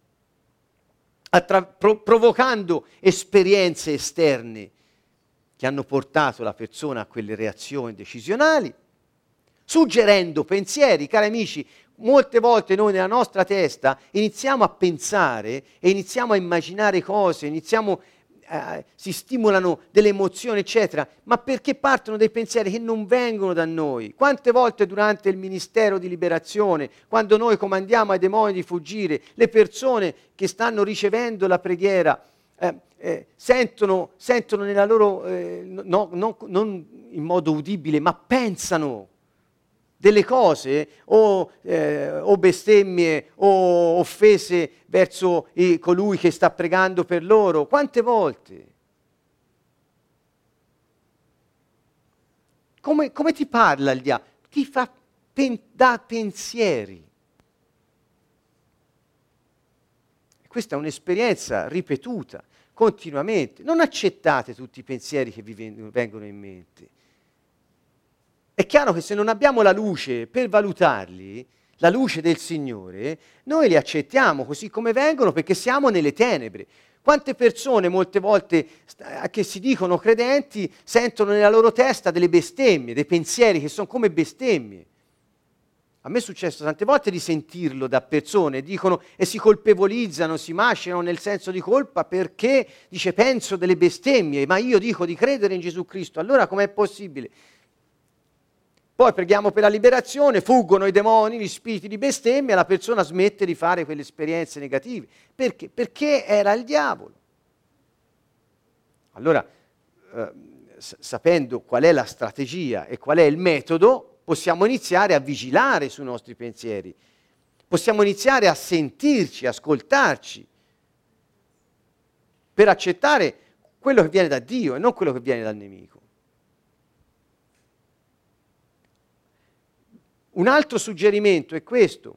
provocando esperienze esterne che hanno portato la persona a quelle reazioni decisionali, suggerendo pensieri. Cari amici, molte volte noi nella nostra testa iniziamo a pensare e iniziamo a immaginare cose, si stimolano delle emozioni, eccetera, ma perché partono dei pensieri che non vengono da noi. Quante volte durante il ministero di liberazione, quando noi comandiamo ai demoni di fuggire, le persone che stanno ricevendo la preghiera sentono nella loro, non in modo udibile, ma pensano delle cose o bestemmie o offese verso colui che sta pregando per loro. Quante volte? Come ti parla il diavolo? Ti fa dà pensieri. Questa è un'esperienza ripetuta continuamente. Non accettate tutti i pensieri che vi vengono in mente. È chiaro che se non abbiamo la luce per valutarli, la luce del Signore, noi li accettiamo così come vengono perché siamo nelle tenebre. Quante persone molte volte che si dicono credenti sentono nella loro testa delle bestemmie, dei pensieri che sono come bestemmie. A me è successo tante volte di sentirlo da persone, dicono e si colpevolizzano, si macinano nel senso di colpa perché dice penso delle bestemmie, ma io dico di credere in Gesù Cristo, allora com'è possibile? Poi preghiamo per la liberazione, fuggono i demoni, gli spiriti di bestemmia, la persona smette di fare quelle esperienze negative. Perché? Perché era il diavolo. Allora, sapendo qual è la strategia e qual è il metodo, possiamo iniziare a vigilare sui nostri pensieri. Possiamo iniziare a sentirci, ascoltarci, per accettare quello che viene da Dio e non quello che viene dal nemico. Un altro suggerimento è questo.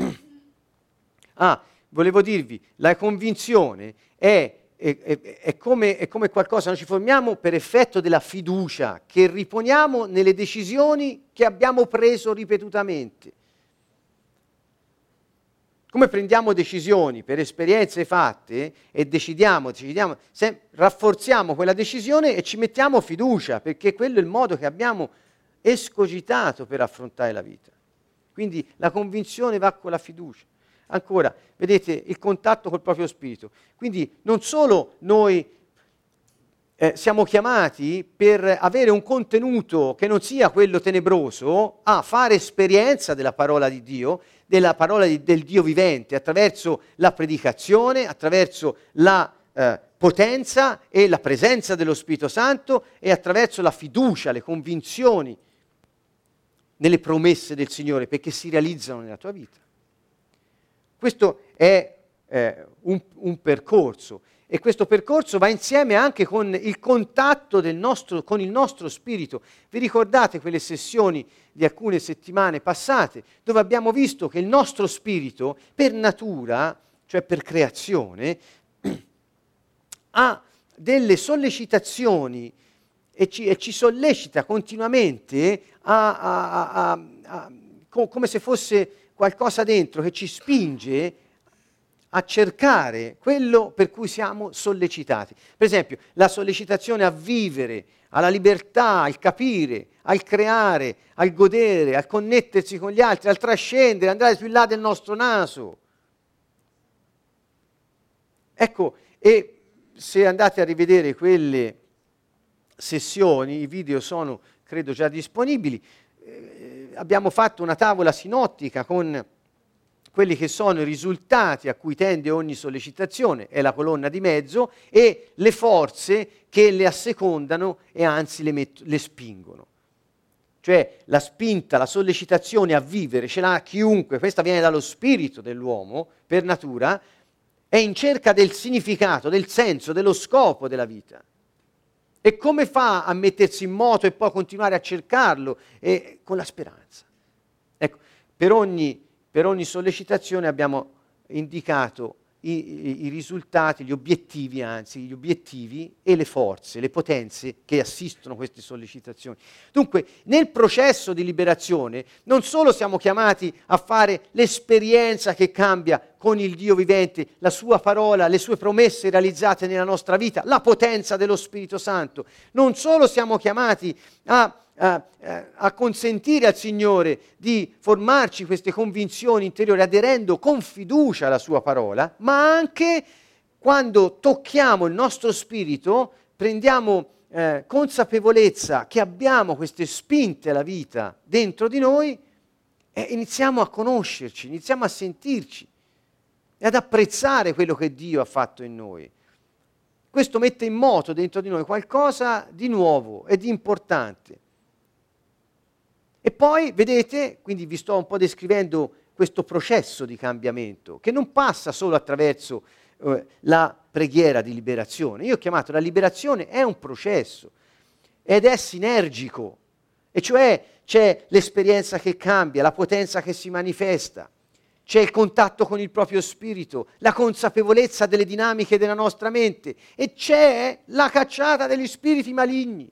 Volevo dirvi, la convinzione è come qualcosa, noi ci formiamo per effetto della fiducia che riponiamo nelle decisioni che abbiamo preso ripetutamente. Come prendiamo decisioni per esperienze fatte e decidiamo, rafforziamo quella decisione e ci mettiamo fiducia, perché quello è il modo che abbiamo escogitato per affrontare la vita. Quindi la convinzione va con la fiducia. Ancora, vedete, il contatto col proprio spirito. Quindi non solo noi siamo chiamati per avere un contenuto che non sia quello tenebroso, a fare esperienza della parola di Dio, della parola del Dio vivente, attraverso la predicazione, attraverso la potenza e la presenza dello Spirito Santo e attraverso la fiducia, le convinzioni nelle promesse del Signore, perché si realizzano nella tua vita. Questo è un percorso, e questo percorso va insieme anche con il contatto con il nostro spirito. Vi ricordate quelle sessioni di alcune settimane passate, dove abbiamo visto che il nostro spirito, per natura, cioè per creazione, ha delle sollecitazioni e ci sollecita continuamente come se fosse qualcosa dentro che ci spinge a cercare quello per cui siamo sollecitati. Per esempio, la sollecitazione a vivere, alla libertà, al capire, al creare, al godere, al connettersi con gli altri, al trascendere, andare più in là del nostro naso. Ecco, E se andate a rivedere quelle sessioni, i video sono, credo, già disponibili. Abbiamo fatto una tavola sinottica con quelli che sono i risultati a cui tende ogni sollecitazione, è la colonna di mezzo, e le forze che le assecondano e anzi le spingono. Cioè la spinta, la sollecitazione a vivere, ce l'ha chiunque, questa viene dallo spirito dell'uomo, per natura, è in cerca del significato, del senso, dello scopo della vita. E come fa a mettersi in moto e poi continuare a cercarlo? Con la speranza. Ecco, per ogni sollecitazione abbiamo indicato i risultati, gli obiettivi e le forze, le potenze che assistono queste sollecitazioni. Dunque, nel processo di liberazione non solo siamo chiamati a fare l'esperienza che cambia con il Dio vivente, la sua parola, le sue promesse realizzate nella nostra vita, la potenza dello Spirito Santo, non solo siamo chiamati a consentire al Signore di formarci queste convinzioni interiori aderendo con fiducia alla sua parola, ma anche quando tocchiamo il nostro spirito, prendiamo consapevolezza che abbiamo queste spinte alla vita dentro di noi e iniziamo a conoscerci, iniziamo a sentirci e ad apprezzare quello che Dio ha fatto in noi. Questo mette in moto dentro di noi qualcosa di nuovo e di importante. E poi, vedete, quindi vi sto un po' descrivendo questo processo di cambiamento, che non passa solo attraverso la preghiera di liberazione. Io ho chiamato la liberazione, è un processo, ed è sinergico, e cioè c'è l'esperienza che cambia, la potenza che si manifesta, c'è il contatto con il proprio spirito, la consapevolezza delle dinamiche della nostra mente, e c'è la cacciata degli spiriti maligni.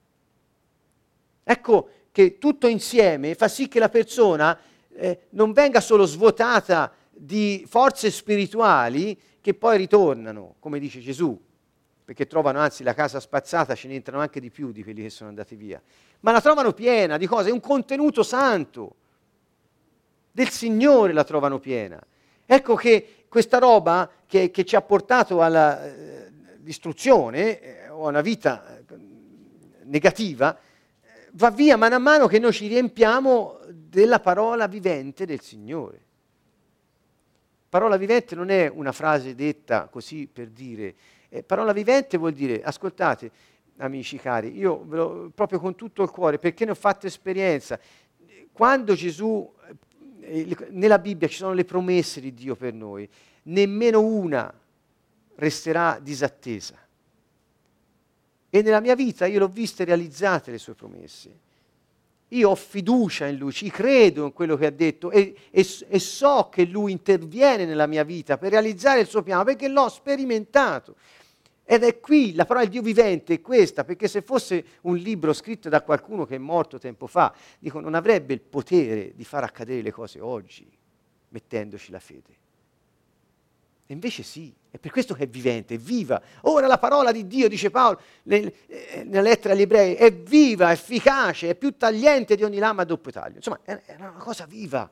Ecco che tutto insieme fa sì che la persona non venga solo svuotata di forze spirituali che poi ritornano, come dice Gesù, perché trovano anzi la casa spazzata, ce ne entrano anche di più di quelli che sono andati via, ma la trovano piena di cose, un contenuto santo, del Signore la trovano piena. Ecco che questa roba che ci ha portato alla distruzione o a una vita negativa, va via man mano che noi ci riempiamo della parola vivente del Signore. Parola vivente non è una frase detta così per dire. Parola vivente vuol dire, ascoltate amici cari, io proprio con tutto il cuore, perché ne ho fatto esperienza, quando Gesù, nella Bibbia ci sono le promesse di Dio per noi, nemmeno una resterà disattesa. E nella mia vita io l'ho viste realizzate le sue promesse. Io ho fiducia in Lui, ci credo in quello che ha detto e so che Lui interviene nella mia vita per realizzare il suo piano, perché l'ho sperimentato. Ed è qui, la parola di Dio vivente è questa, perché se fosse un libro scritto da qualcuno che è morto tempo fa, dico, non avrebbe il potere di far accadere le cose oggi, mettendoci la fede. E invece sì, è per questo che è vivente, è viva. Ora la parola di Dio, dice Paolo nella lettera agli Ebrei, è viva, efficace, è più tagliente di ogni lama a doppio taglio. Insomma, è una cosa viva.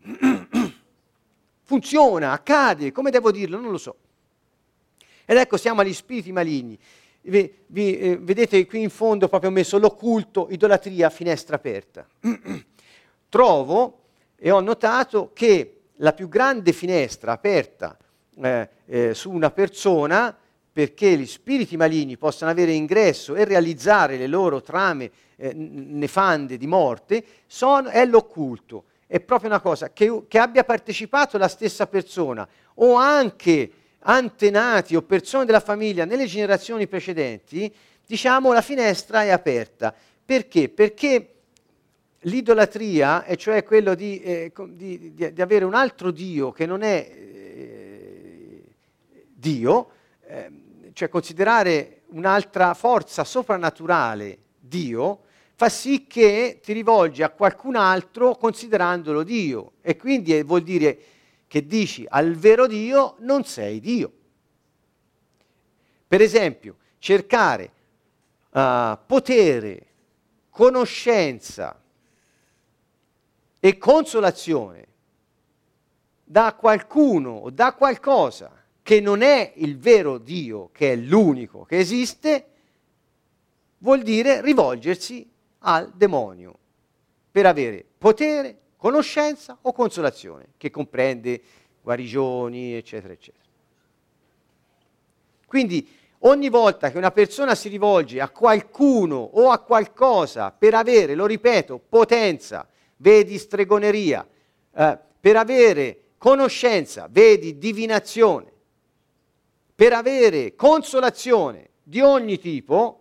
Funziona, accade, come devo dirlo? Non lo so. Ed ecco, siamo agli spiriti maligni. Vedete qui in fondo proprio ho messo l'occulto, idolatria, finestra aperta. Trovo e ho notato che la più grande finestra aperta su una persona perché gli spiriti maligni possano avere ingresso e realizzare le loro trame nefande di morte è l'occulto. È proprio una cosa che abbia partecipato la stessa persona o anche antenati o persone della famiglia nelle generazioni precedenti, diciamo la finestra è aperta. Perché? Perché l'idolatria, e cioè quello di avere un altro Dio che non è Dio, cioè considerare un'altra forza soprannaturale Dio, fa sì che ti rivolgi a qualcun altro considerandolo Dio. E quindi vuol dire che dici al vero Dio non sei Dio. Per esempio, cercare potere, conoscenza e consolazione da qualcuno o da qualcosa che non è il vero Dio, che è l'unico che esiste, vuol dire rivolgersi al demonio per avere potere, conoscenza o consolazione, che comprende guarigioni, eccetera, eccetera. Quindi ogni volta che una persona si rivolge a qualcuno o a qualcosa per avere, lo ripeto, potenza, vedi stregoneria, per avere conoscenza, vedi divinazione, per avere consolazione di ogni tipo,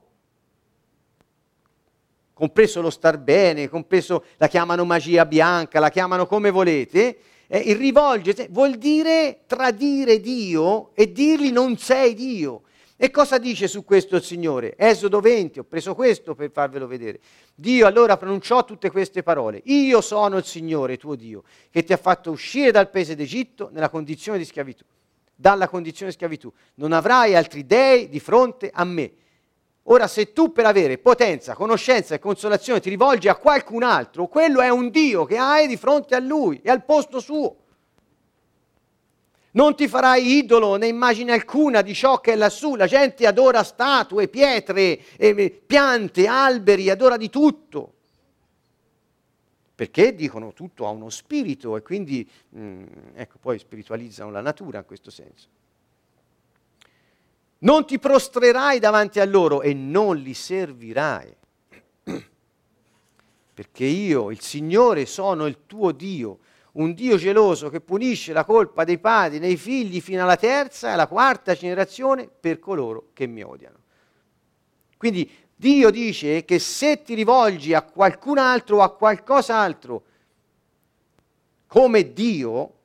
compreso lo star bene, compreso la chiamano magia bianca, la chiamano come volete, il rivolgersi vuol dire tradire Dio e dirgli non sei Dio. E cosa dice su questo il Signore? Esodo 20, ho preso questo per farvelo vedere. Dio allora pronunciò tutte queste parole: io sono il Signore tuo Dio, che ti ha fatto uscire dal paese d'Egitto nella condizione di schiavitù, dalla condizione di schiavitù. Non avrai altri dei di fronte a me. Ora, se tu per avere potenza, conoscenza e consolazione ti rivolgi a qualcun altro, quello è un Dio che hai di fronte a lui e al posto suo. Non ti farai idolo né immagine alcuna di ciò che è lassù. La gente adora statue, pietre, piante, alberi, adora di tutto. Perché dicono tutto ha uno spirito e quindi ecco, poi spiritualizzano la natura in questo senso. Non ti prostrerai davanti a loro e non li servirai, perché io, il Signore, sono il tuo Dio, un Dio geloso che punisce la colpa dei padri nei figli fino alla terza e alla quarta generazione per coloro che mi odiano. Quindi Dio dice che se ti rivolgi a qualcun altro o a qualcos'altro come Dio,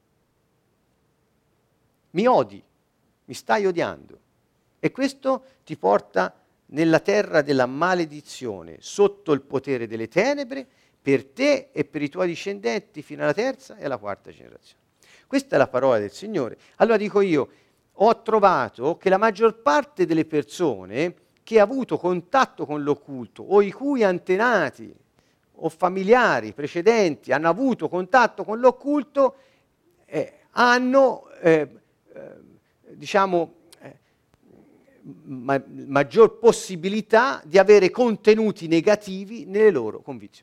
mi odi, mi stai odiando. E questo ti porta nella terra della maledizione, sotto il potere delle tenebre, per te e per i tuoi discendenti fino alla terza e alla quarta generazione. Questa è la parola del Signore. Allora dico io, ho trovato che la maggior parte delle persone che ha avuto contatto con l'occulto o i cui antenati o familiari precedenti hanno avuto contatto con l'occulto hanno, maggior possibilità di avere contenuti negativi nelle loro convinzioni.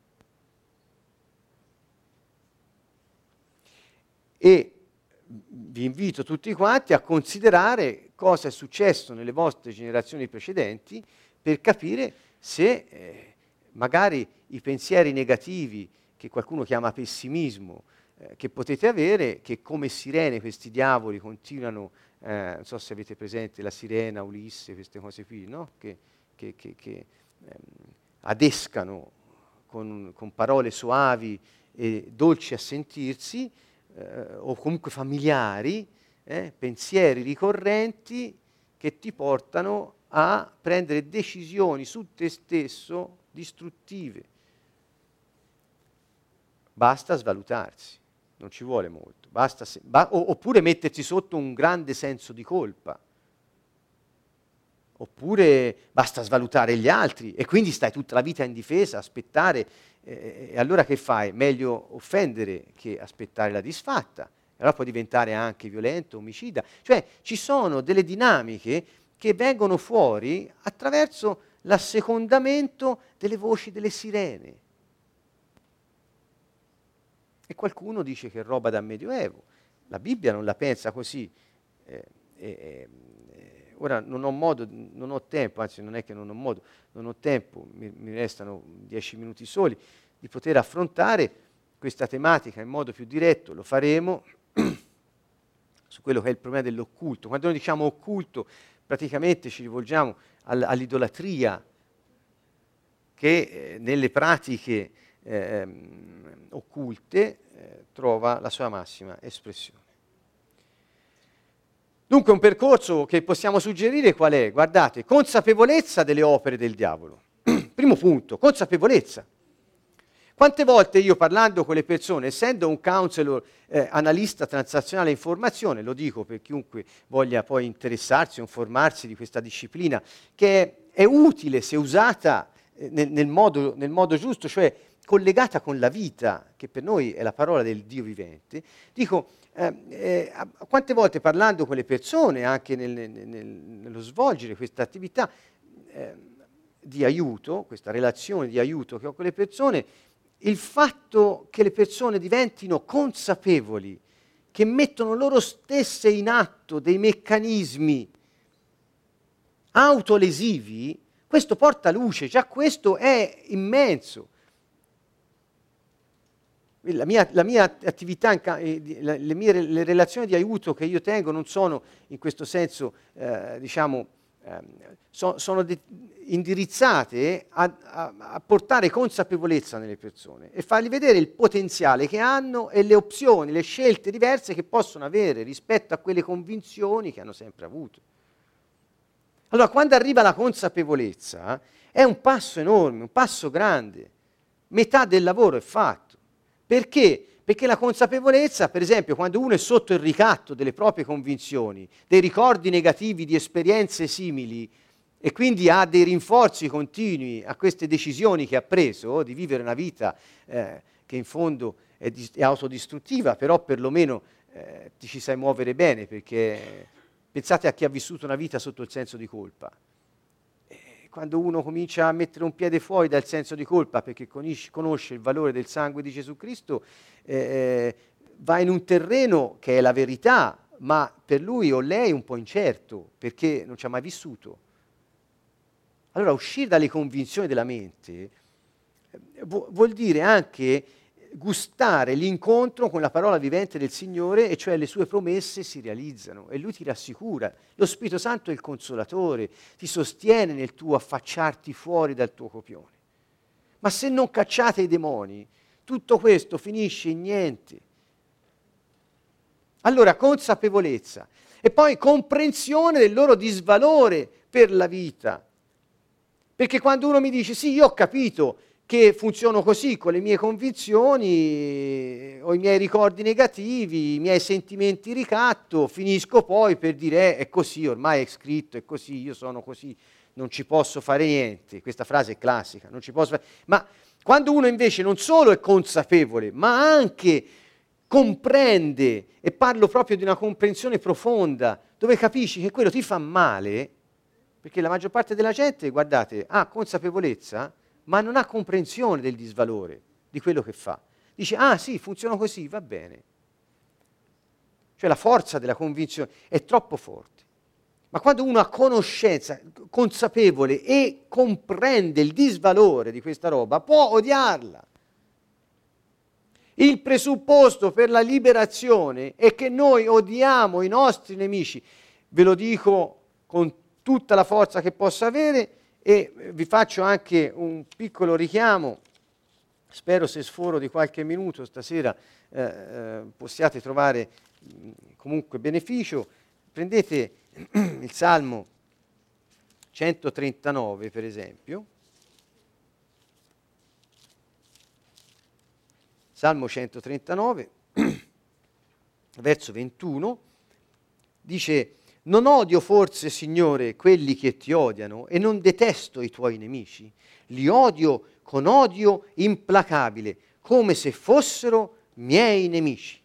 E vi invito tutti quanti a considerare cosa è successo nelle vostre generazioni precedenti per capire se magari i pensieri negativi, che qualcuno chiama pessimismo, che potete avere, che come sirene questi diavoli continuano, non so se avete presente la sirena, Ulisse, queste cose qui, no? che adescano con parole soavi e dolci a sentirsi, o comunque familiari, pensieri ricorrenti che ti portano a prendere decisioni su te stesso distruttive. Basta svalutarsi, non ci vuole molto, oppure mettersi sotto un grande senso di colpa, oppure basta svalutare gli altri e quindi stai tutta la vita in difesa, aspettare, e allora che fai? Meglio offendere che aspettare la disfatta, allora puoi diventare anche violento, omicida. Cioè ci sono delle dinamiche che vengono fuori attraverso l'assecondamento delle voci delle sirene. E qualcuno dice che è roba da Medioevo. La Bibbia non la pensa così. Ora non ho tempo, anzi non è che non ho modo, non ho tempo, mi restano 10 minuti soli, di poter affrontare questa tematica in modo più diretto. Lo faremo su quello che è il problema dell'occulto. Quando noi diciamo occulto, praticamente ci rivolgiamo all'idolatria che nelle pratiche occulte trova la sua massima espressione. Dunque un percorso che possiamo suggerire qual è? Guardate, consapevolezza delle opere del diavolo. Primo punto, consapevolezza. Quante volte io parlando con le persone, essendo un counselor, analista transazionale informazione, lo dico per chiunque voglia poi interessarsi o informarsi di questa disciplina, che è utile se usata nel modo giusto, cioè collegata con la vita, che per noi è la parola del Dio vivente, dico, quante volte parlando con le persone, anche nello svolgere questa attività di aiuto, questa relazione di aiuto che ho con le persone, il fatto che le persone diventino consapevoli, che mettono loro stesse in atto dei meccanismi autolesivi, questo porta luce, già questo è immenso. La mia attività, le relazioni di aiuto che io tengo non sono in questo senso, sono indirizzate a portare consapevolezza nelle persone e fargli vedere il potenziale che hanno e le opzioni, le scelte diverse che possono avere rispetto a quelle convinzioni che hanno sempre avuto. Allora, quando arriva la consapevolezza, è un passo enorme, un passo grande. Metà del lavoro è fatto. Perché? Perché la consapevolezza, per esempio, quando uno è sotto il ricatto delle proprie convinzioni, dei ricordi negativi di esperienze simili e quindi ha dei rinforzi continui a queste decisioni che ha preso di vivere una vita che in fondo è autodistruttiva, però perlomeno ti ci sai muovere bene, perché pensate a chi ha vissuto una vita sotto il senso di colpa. Quando uno comincia a mettere un piede fuori dal senso di colpa perché conosce il valore del sangue di Gesù Cristo, va in un terreno che è la verità, ma per lui o lei un po' incerto, perché non ci ha mai vissuto. Allora uscire dalle convinzioni della mente vuol dire anche gustare l'incontro con la parola vivente del Signore, e cioè le sue promesse si realizzano e Lui ti rassicura. Lo Spirito Santo è il consolatore, ti sostiene nel tuo affacciarti fuori dal tuo copione. Ma se non cacciate i demoni, tutto questo finisce in niente. Allora, consapevolezza e poi comprensione del loro disvalore per la vita. Perché quando uno mi dice, sì, io ho capito che funziono così con le mie convinzioni, ho i miei ricordi negativi, i miei sentimenti di ricatto, finisco poi per dire è così, ormai è scritto, è così, io sono così, non ci posso fare niente. Questa frase è classica, non ci posso fare. Ma quando uno invece non solo è consapevole, ma anche comprende, e parlo proprio di una comprensione profonda, dove capisci che quello ti fa male, perché la maggior parte della gente, guardate, ha consapevolezza, ma non ha comprensione del disvalore di quello che fa. Dice, ah sì, funziona così, va bene. Cioè la forza della convinzione è troppo forte. Ma quando uno ha conoscenza, consapevole e comprende il disvalore di questa roba, può odiarla. Il presupposto per la liberazione è che noi odiamo i nostri nemici. Ve lo dico con tutta la forza che possa avere, e vi faccio anche un piccolo richiamo, spero se sforo di qualche minuto stasera possiate trovare comunque beneficio. Prendete il Salmo 139 per esempio, Salmo 139, verso 21, dice: non odio forse, Signore, quelli che ti odiano e non detesto i tuoi nemici. Li odio con odio implacabile, come se fossero miei nemici.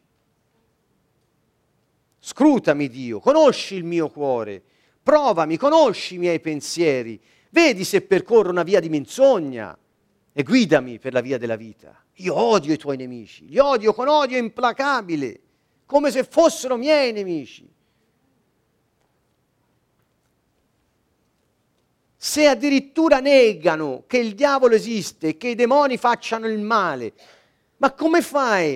Scrutami, Dio, conosci il mio cuore, provami, conosci i miei pensieri, vedi se percorro una via di menzogna e guidami per la via della vita. Io odio i tuoi nemici, li odio con odio implacabile, come se fossero miei nemici. Se addirittura negano che il diavolo esiste, che i demoni facciano il male, ma come fai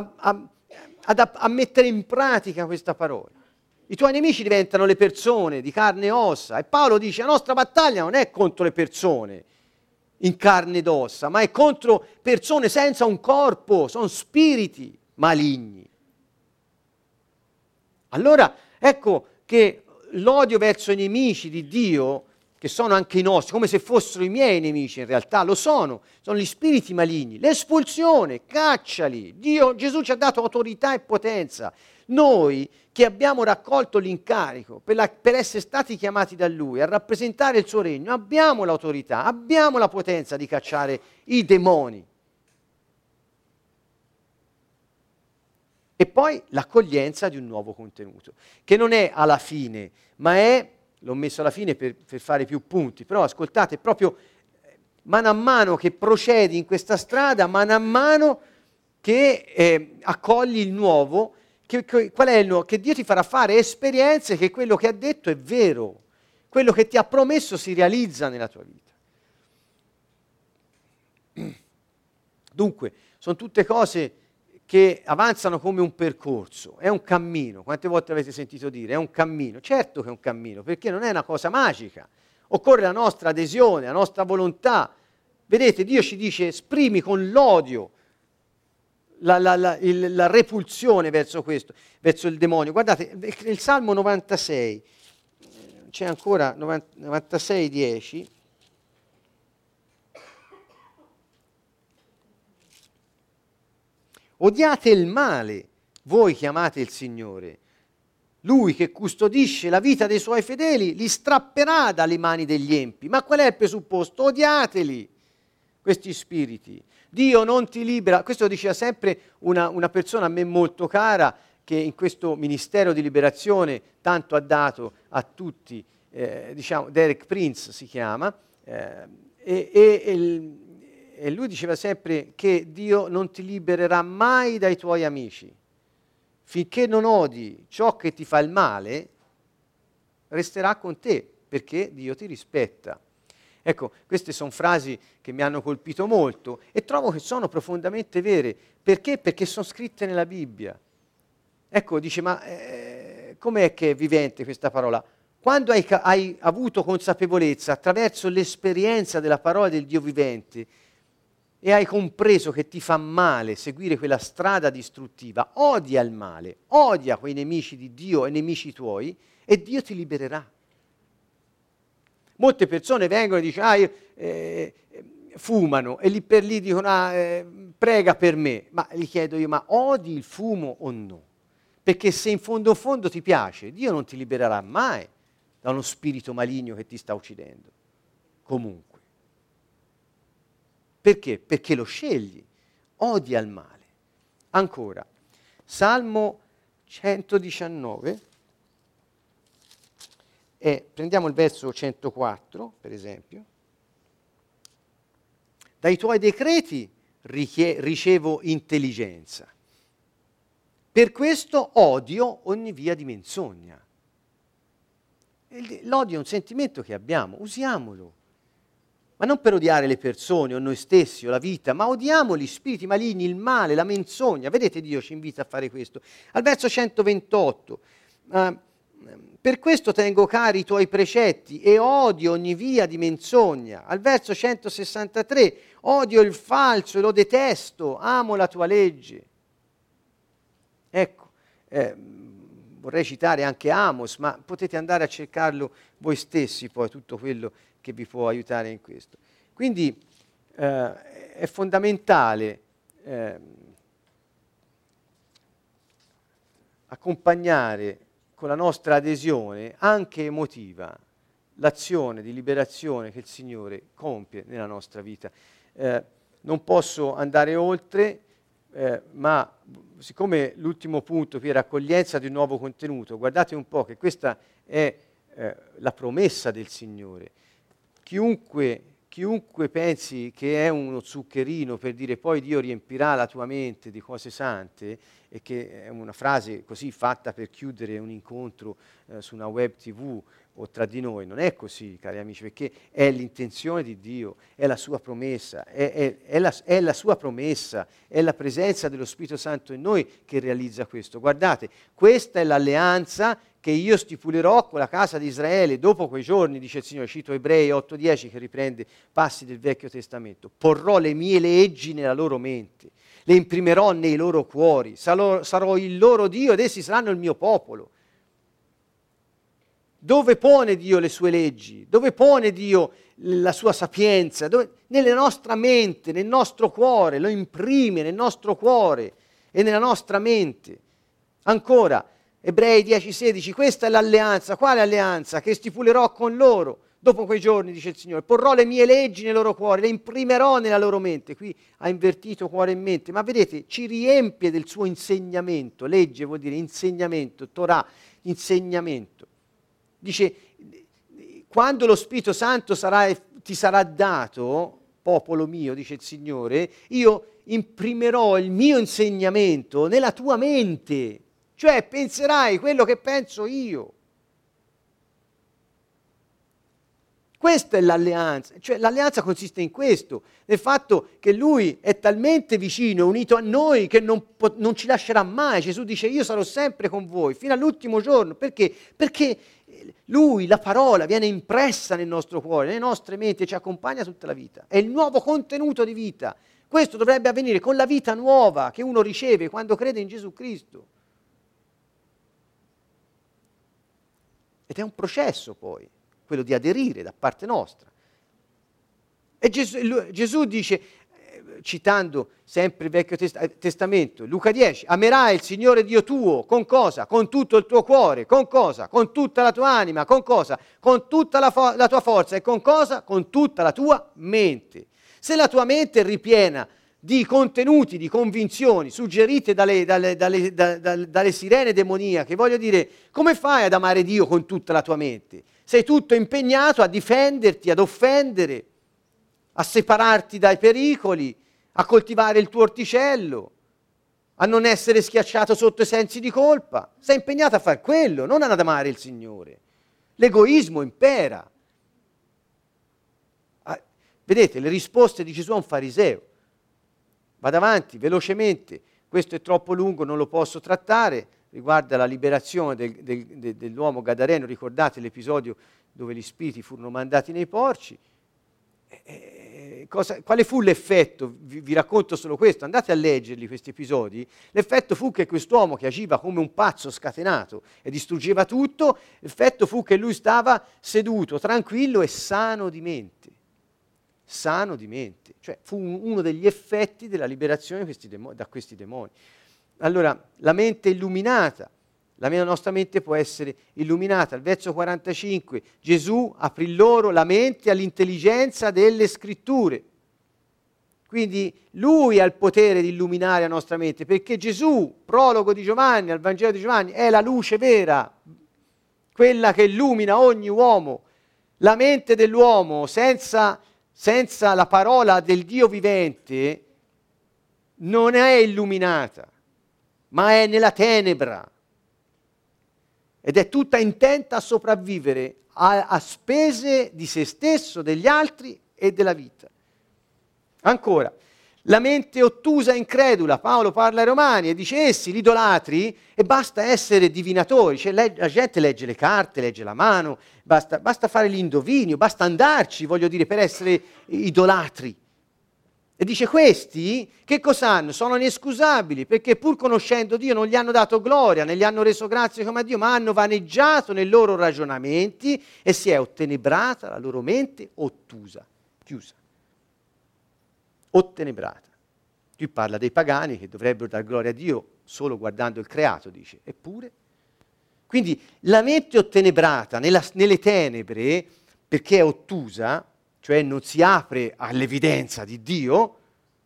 a mettere in pratica questa parola? I tuoi nemici diventano le persone di carne e ossa, e Paolo dice: la nostra battaglia non è contro le persone in carne ed ossa, ma è contro persone senza un corpo, sono spiriti maligni. Allora ecco che l'odio verso i nemici di Dio, che sono anche i nostri, come se fossero i miei nemici, in realtà lo sono gli spiriti maligni, l'espulsione, cacciali. Gesù ci ha dato autorità e potenza. Noi che abbiamo raccolto l'incarico per essere stati chiamati da Lui a rappresentare il suo regno, abbiamo l'autorità, abbiamo la potenza di cacciare i demoni. E poi l'accoglienza di un nuovo contenuto, che non è alla fine, ma è, l'ho messo alla fine per fare più punti, però ascoltate, proprio mano a mano che procedi in questa strada, mano a mano che accogli il nuovo, qual è il nuovo? Che Dio ti farà fare esperienze che quello che ha detto è vero, quello che ti ha promesso si realizza nella tua vita. Dunque, sono tutte cose che avanzano come un percorso, è un cammino. Quante volte avete sentito dire? È un cammino. Certo che è un cammino, perché non è una cosa magica. Occorre la nostra adesione, la nostra volontà. Vedete, Dio ci dice, esprimi con l'odio la repulsione verso questo, verso il demonio. Guardate, il Salmo 96, c'è ancora 96, 10. Odiate il male, voi che amate il Signore. Lui che custodisce la vita dei suoi fedeli li strapperà dalle mani degli empi. Ma qual è il presupposto? Odiateli, questi spiriti. Dio non ti libera. Questo lo diceva sempre una persona a me molto cara, che in questo ministero di liberazione tanto ha dato a tutti, diciamo, Derek Prince si chiama, e lui diceva sempre che Dio non ti libererà mai dai tuoi amici. Finché non odi ciò che ti fa il male, resterà con te, perché Dio ti rispetta. Ecco, queste sono frasi che mi hanno colpito molto e trovo che sono profondamente vere. Perché? Perché sono scritte nella Bibbia. Ecco, dice, ma com'è che è vivente questa parola? Quando hai avuto consapevolezza attraverso l'esperienza della parola del Dio vivente e hai compreso che ti fa male seguire quella strada distruttiva, odia il male, odia quei nemici di Dio e nemici tuoi e Dio ti libererà. Molte persone vengono e dicono, fumano, e lì per lì dicono, prega per me. Ma gli chiedo io, ma odi il fumo o no? Perché se in fondo ti piace, Dio non ti libererà mai da uno spirito maligno che ti sta uccidendo. Comunque. Perché? Perché lo scegli, odia il male. Ancora, Salmo 119, e prendiamo il verso 104, per esempio. Dai tuoi decreti ricevo intelligenza. Per questo odio ogni via di menzogna. L'odio è un sentimento che abbiamo, usiamolo. Ma non per odiare le persone o noi stessi o la vita, ma odiamo gli spiriti maligni, il male, la menzogna. Vedete, Dio ci invita a fare questo. Al verso 128, per questo tengo cari i tuoi precetti e odio ogni via di menzogna. Al verso 163, odio il falso e lo detesto, amo la tua legge. Ecco, vorrei citare anche Amos, ma potete andare a cercarlo voi stessi poi, tutto quello che vi può aiutare in questo. Quindi è fondamentale accompagnare con la nostra adesione, anche emotiva, l'azione di liberazione che il Signore compie nella nostra vita. Non posso andare oltre, ma siccome l'ultimo punto qui era accoglienza di un nuovo contenuto, guardate un po' che questa è la promessa del Signore. Chiunque pensi che è uno zuccherino per dire poi Dio riempirà la tua mente di cose sante, e che è una frase così fatta per chiudere un incontro su una web TV o tra di noi, non è così, cari amici, perché è l'intenzione di Dio, è la sua promessa, è la sua promessa, è la presenza dello Spirito Santo in noi che realizza questo. Guardate, questa è l'alleanza che io stipulerò con la casa di Israele dopo quei giorni, dice il Signore, cito Ebrei 8:10 che riprende passi del Vecchio Testamento. Porrò le mie leggi nella loro mente, le imprimerò nei loro cuori, sarò il loro Dio ed essi saranno il mio popolo. Dove pone Dio le sue leggi? Dove pone Dio la sua sapienza? Nella nostra mente, nel nostro cuore, lo imprime nel nostro cuore e nella nostra mente. Ancora, Ebrei 10:16, questa è l'alleanza. Quale alleanza? Che stipulerò con loro. Dopo quei giorni, dice il Signore, porrò le mie leggi nei loro cuori, le imprimerò nella loro mente. Qui ha invertito cuore e mente, ma vedete, ci riempie del suo insegnamento. Legge vuol dire insegnamento, Torah, insegnamento. Dice, quando lo Spirito Santo ti sarà dato, popolo mio, dice il Signore, io imprimerò il mio insegnamento nella tua mente, cioè penserai quello che penso io. Questa è l'alleanza, cioè l'alleanza consiste in questo, nel fatto che Lui è talmente vicino, unito a noi, che non ci lascerà mai. Gesù dice, io sarò sempre con voi, fino all'ultimo giorno. Perché? Perché Lui, la parola, viene impressa nel nostro cuore, nelle nostre menti, e ci accompagna tutta la vita. È il nuovo contenuto di vita. Questo dovrebbe avvenire con la vita nuova che uno riceve quando crede in Gesù Cristo. Ed è un processo poi, quello di aderire da parte nostra. E Gesù dice, citando sempre il Vecchio Testamento, Luca 10, amerai il Signore Dio tuo, con cosa? Con tutto il tuo cuore, con cosa? Con tutta la tua anima, con cosa? Con tutta la tua forza, e con cosa? Con tutta la tua mente. Se la tua mente è ripiena di contenuti, di convinzioni suggerite dalle sirene demoniache, voglio dire, come fai ad amare Dio con tutta la tua mente? Sei tutto impegnato a difenderti, ad offendere, a separarti dai pericoli, a coltivare il tuo orticello, a non essere schiacciato sotto i sensi di colpa. Sei impegnato a fare quello, non ad amare il Signore. L'egoismo impera. Vedete, le risposte di Gesù a un fariseo. Vado avanti, velocemente, questo è troppo lungo, non lo posso trattare, riguarda la liberazione dell'uomo gadareno, ricordate l'episodio dove gli spiriti furono mandati nei porci. Quale fu l'effetto? Vi racconto solo questo, andate a leggerli questi episodi. L'effetto fu che quest'uomo che agiva come un pazzo scatenato e distruggeva tutto, l'effetto fu che lui stava seduto, tranquillo e sano di mente. Sano di mente, cioè fu uno degli effetti della liberazione da questi demoni. Allora, la mente illuminata, la nostra mente può essere illuminata. Al verso 45, Gesù aprì loro la mente all'intelligenza delle scritture. Quindi Lui ha il potere di illuminare la nostra mente, perché Gesù, prologo di Giovanni, al Vangelo di Giovanni, è la luce vera, quella che illumina ogni uomo. La mente dell'uomo senza la parola del Dio vivente non è illuminata, ma è nella tenebra ed è tutta intenta a sopravvivere a spese di se stesso, degli altri e della vita. Ancora, la mente ottusa e incredula, Paolo parla ai Romani e dice essi, gli idolatri, e basta essere divinatori, cioè la gente legge le carte, legge la mano, basta fare l'indovinio, basta andarci, voglio dire, per essere idolatri. E dice questi, che cosa hanno? Sono inescusabili, perché pur conoscendo Dio non gli hanno dato gloria, né gli hanno reso grazie come a Dio, ma hanno vaneggiato nei loro ragionamenti e si è ottenebrata la loro mente ottusa, chiusa. Ottenebrata. Qui parla dei pagani che dovrebbero dar gloria a Dio solo guardando il creato, dice. Eppure. Quindi la mente ottenebrata nelle tenebre, perché è ottusa, cioè non si apre all'evidenza di Dio,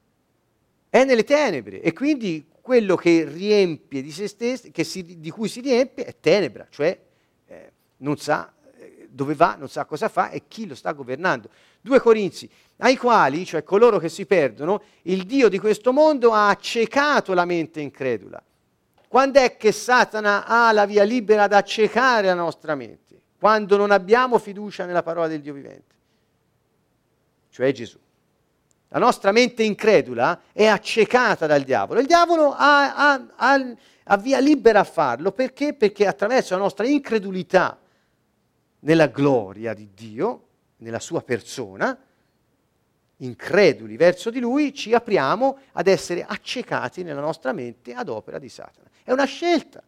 è nelle tenebre. E quindi quello che riempie di se stesso, di cui si riempie, è tenebra, cioè non sa dove va, non sa cosa fa e chi lo sta governando. 2 Corinzi, ai quali, cioè coloro che si perdono, il Dio di questo mondo ha accecato la mente incredula. Quando è che Satana ha la via libera ad accecare la nostra mente? Quando non abbiamo fiducia nella parola del Dio vivente, cioè Gesù. La nostra mente incredula è accecata dal diavolo. Il diavolo ha via libera a farlo. Perché? Perché attraverso la nostra incredulità nella gloria di Dio, nella sua persona, increduli verso di Lui, ci apriamo ad essere accecati nella nostra mente ad opera di Satana. È una scelta.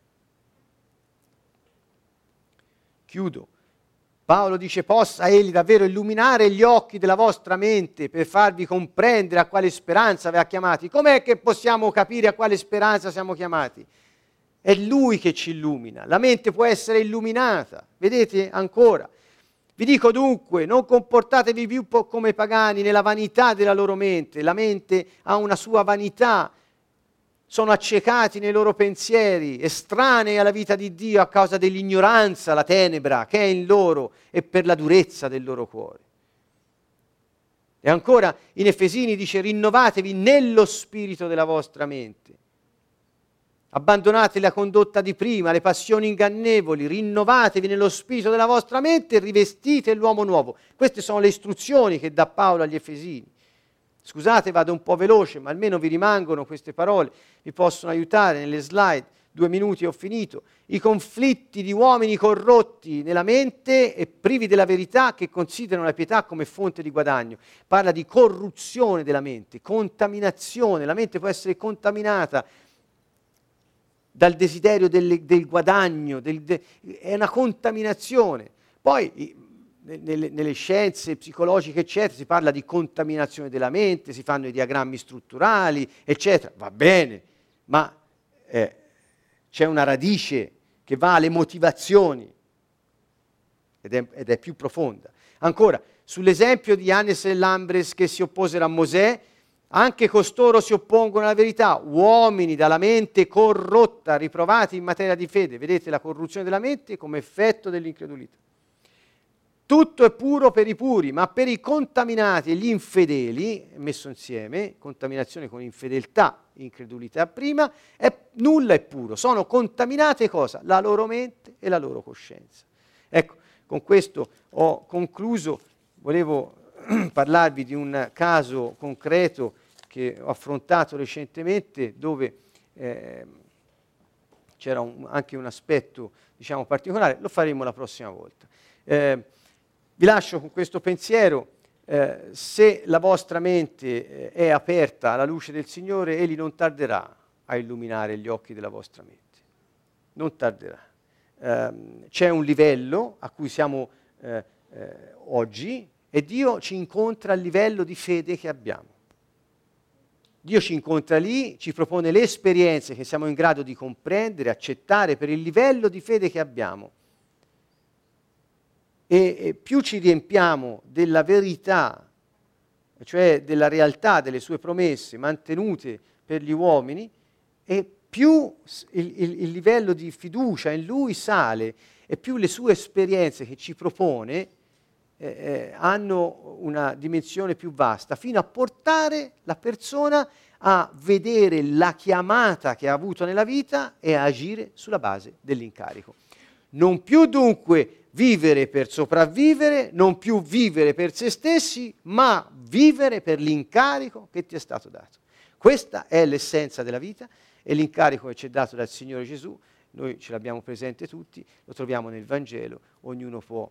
Chiudo. Paolo dice, possa egli davvero illuminare gli occhi della vostra mente per farvi comprendere a quale speranza vi ha chiamati. Com'è che possiamo capire a quale speranza siamo chiamati? È Lui che ci illumina. La mente può essere illuminata. Vedete ancora? Vi dico dunque, non comportatevi più come i pagani nella vanità della loro mente. La mente ha una sua vanità, sono accecati nei loro pensieri, estranei alla vita di Dio a causa dell'ignoranza, la tenebra che è in loro e per la durezza del loro cuore. E ancora in Efesini dice: rinnovatevi nello spirito della vostra mente. Abbandonate la condotta di prima, le passioni ingannevoli, rinnovatevi nello spirito della vostra mente e rivestite l'uomo nuovo. Queste sono le istruzioni che dà Paolo agli Efesini. Scusate, vado un po' veloce, ma almeno vi rimangono queste parole, vi possono aiutare nelle slide. 2 minuti e ho finito. I conflitti di uomini corrotti nella mente e privi della verità, che considerano la pietà come fonte di guadagno. Parla di corruzione della mente, contaminazione. La mente può essere contaminata dal desiderio del guadagno, è una contaminazione. Poi nelle scienze psicologiche, eccetera, si parla di contaminazione della mente, si fanno i diagrammi strutturali, eccetera. Va bene, ma c'è una radice che va alle motivazioni ed è più profonda. Ancora, sull'esempio di Hannes e Lambres che si opposero a Mosè, anche costoro si oppongono alla verità, uomini dalla mente corrotta, riprovati in materia di fede. Vedete la corruzione della mente come effetto dell'incredulità. Tutto è puro per i puri, ma per i contaminati e gli infedeli, messo insieme, contaminazione con infedeltà, incredulità prima, nulla è puro. Sono contaminate cosa? La loro mente e la loro coscienza. Ecco, con questo ho concluso. Volevo parlarvi di un caso concreto che ho affrontato recentemente, dove c'era anche un aspetto, diciamo, particolare. Lo faremo la prossima volta. Vi lascio con questo pensiero: se la vostra mente è aperta alla luce del Signore, Egli non tarderà a illuminare gli occhi della vostra mente. Non tarderà. C'è un livello a cui siamo oggi, e Dio ci incontra al livello di fede che abbiamo. Dio ci incontra lì, ci propone le esperienze che siamo in grado di comprendere, accettare per il livello di fede che abbiamo. E più ci riempiamo della verità, cioè della realtà delle sue promesse mantenute per gli uomini, e più il livello di fiducia in Lui sale, e più le sue esperienze che ci propone hanno una dimensione più vasta, fino a portare la persona a vedere la chiamata che ha avuto nella vita e a agire sulla base dell'incarico. Non più dunque vivere per sopravvivere, non più vivere per se stessi, ma vivere per l'incarico che ti è stato dato. Questa è l'essenza della vita, e l'incarico che ci è dato dal Signore Gesù, noi ce l'abbiamo presente tutti, lo troviamo nel Vangelo, ognuno può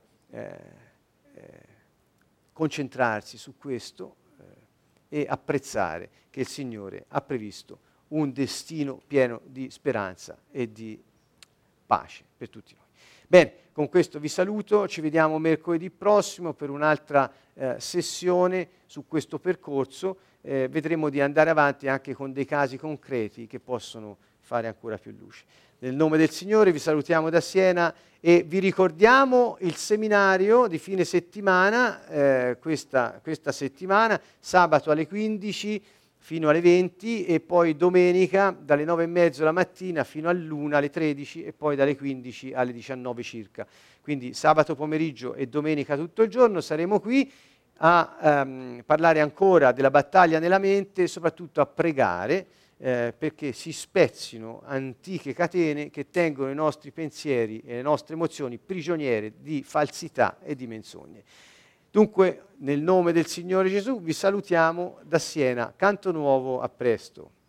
concentrarsi su questo e apprezzare che il Signore ha previsto un destino pieno di speranza e di pace per tutti noi. Bene, con questo vi saluto, ci vediamo mercoledì prossimo per un'altra sessione su questo percorso. Vedremo di andare avanti anche con dei casi concreti che possono fare ancora più luce. Nel nome del Signore vi salutiamo da Siena e vi ricordiamo il seminario di fine settimana, questa settimana, sabato alle 15 fino alle 20, e poi domenica dalle 9:30 la mattina fino all'1 alle 13, e poi dalle 15 alle 19 circa. Quindi sabato pomeriggio e domenica tutto il giorno saremo qui a parlare ancora della battaglia nella mente e soprattutto a pregare perché si spezzino antiche catene che tengono i nostri pensieri e le nostre emozioni prigioniere di falsità e di menzogne. Dunque, nel nome del Signore Gesù vi salutiamo da Siena. Canto nuovo, a presto.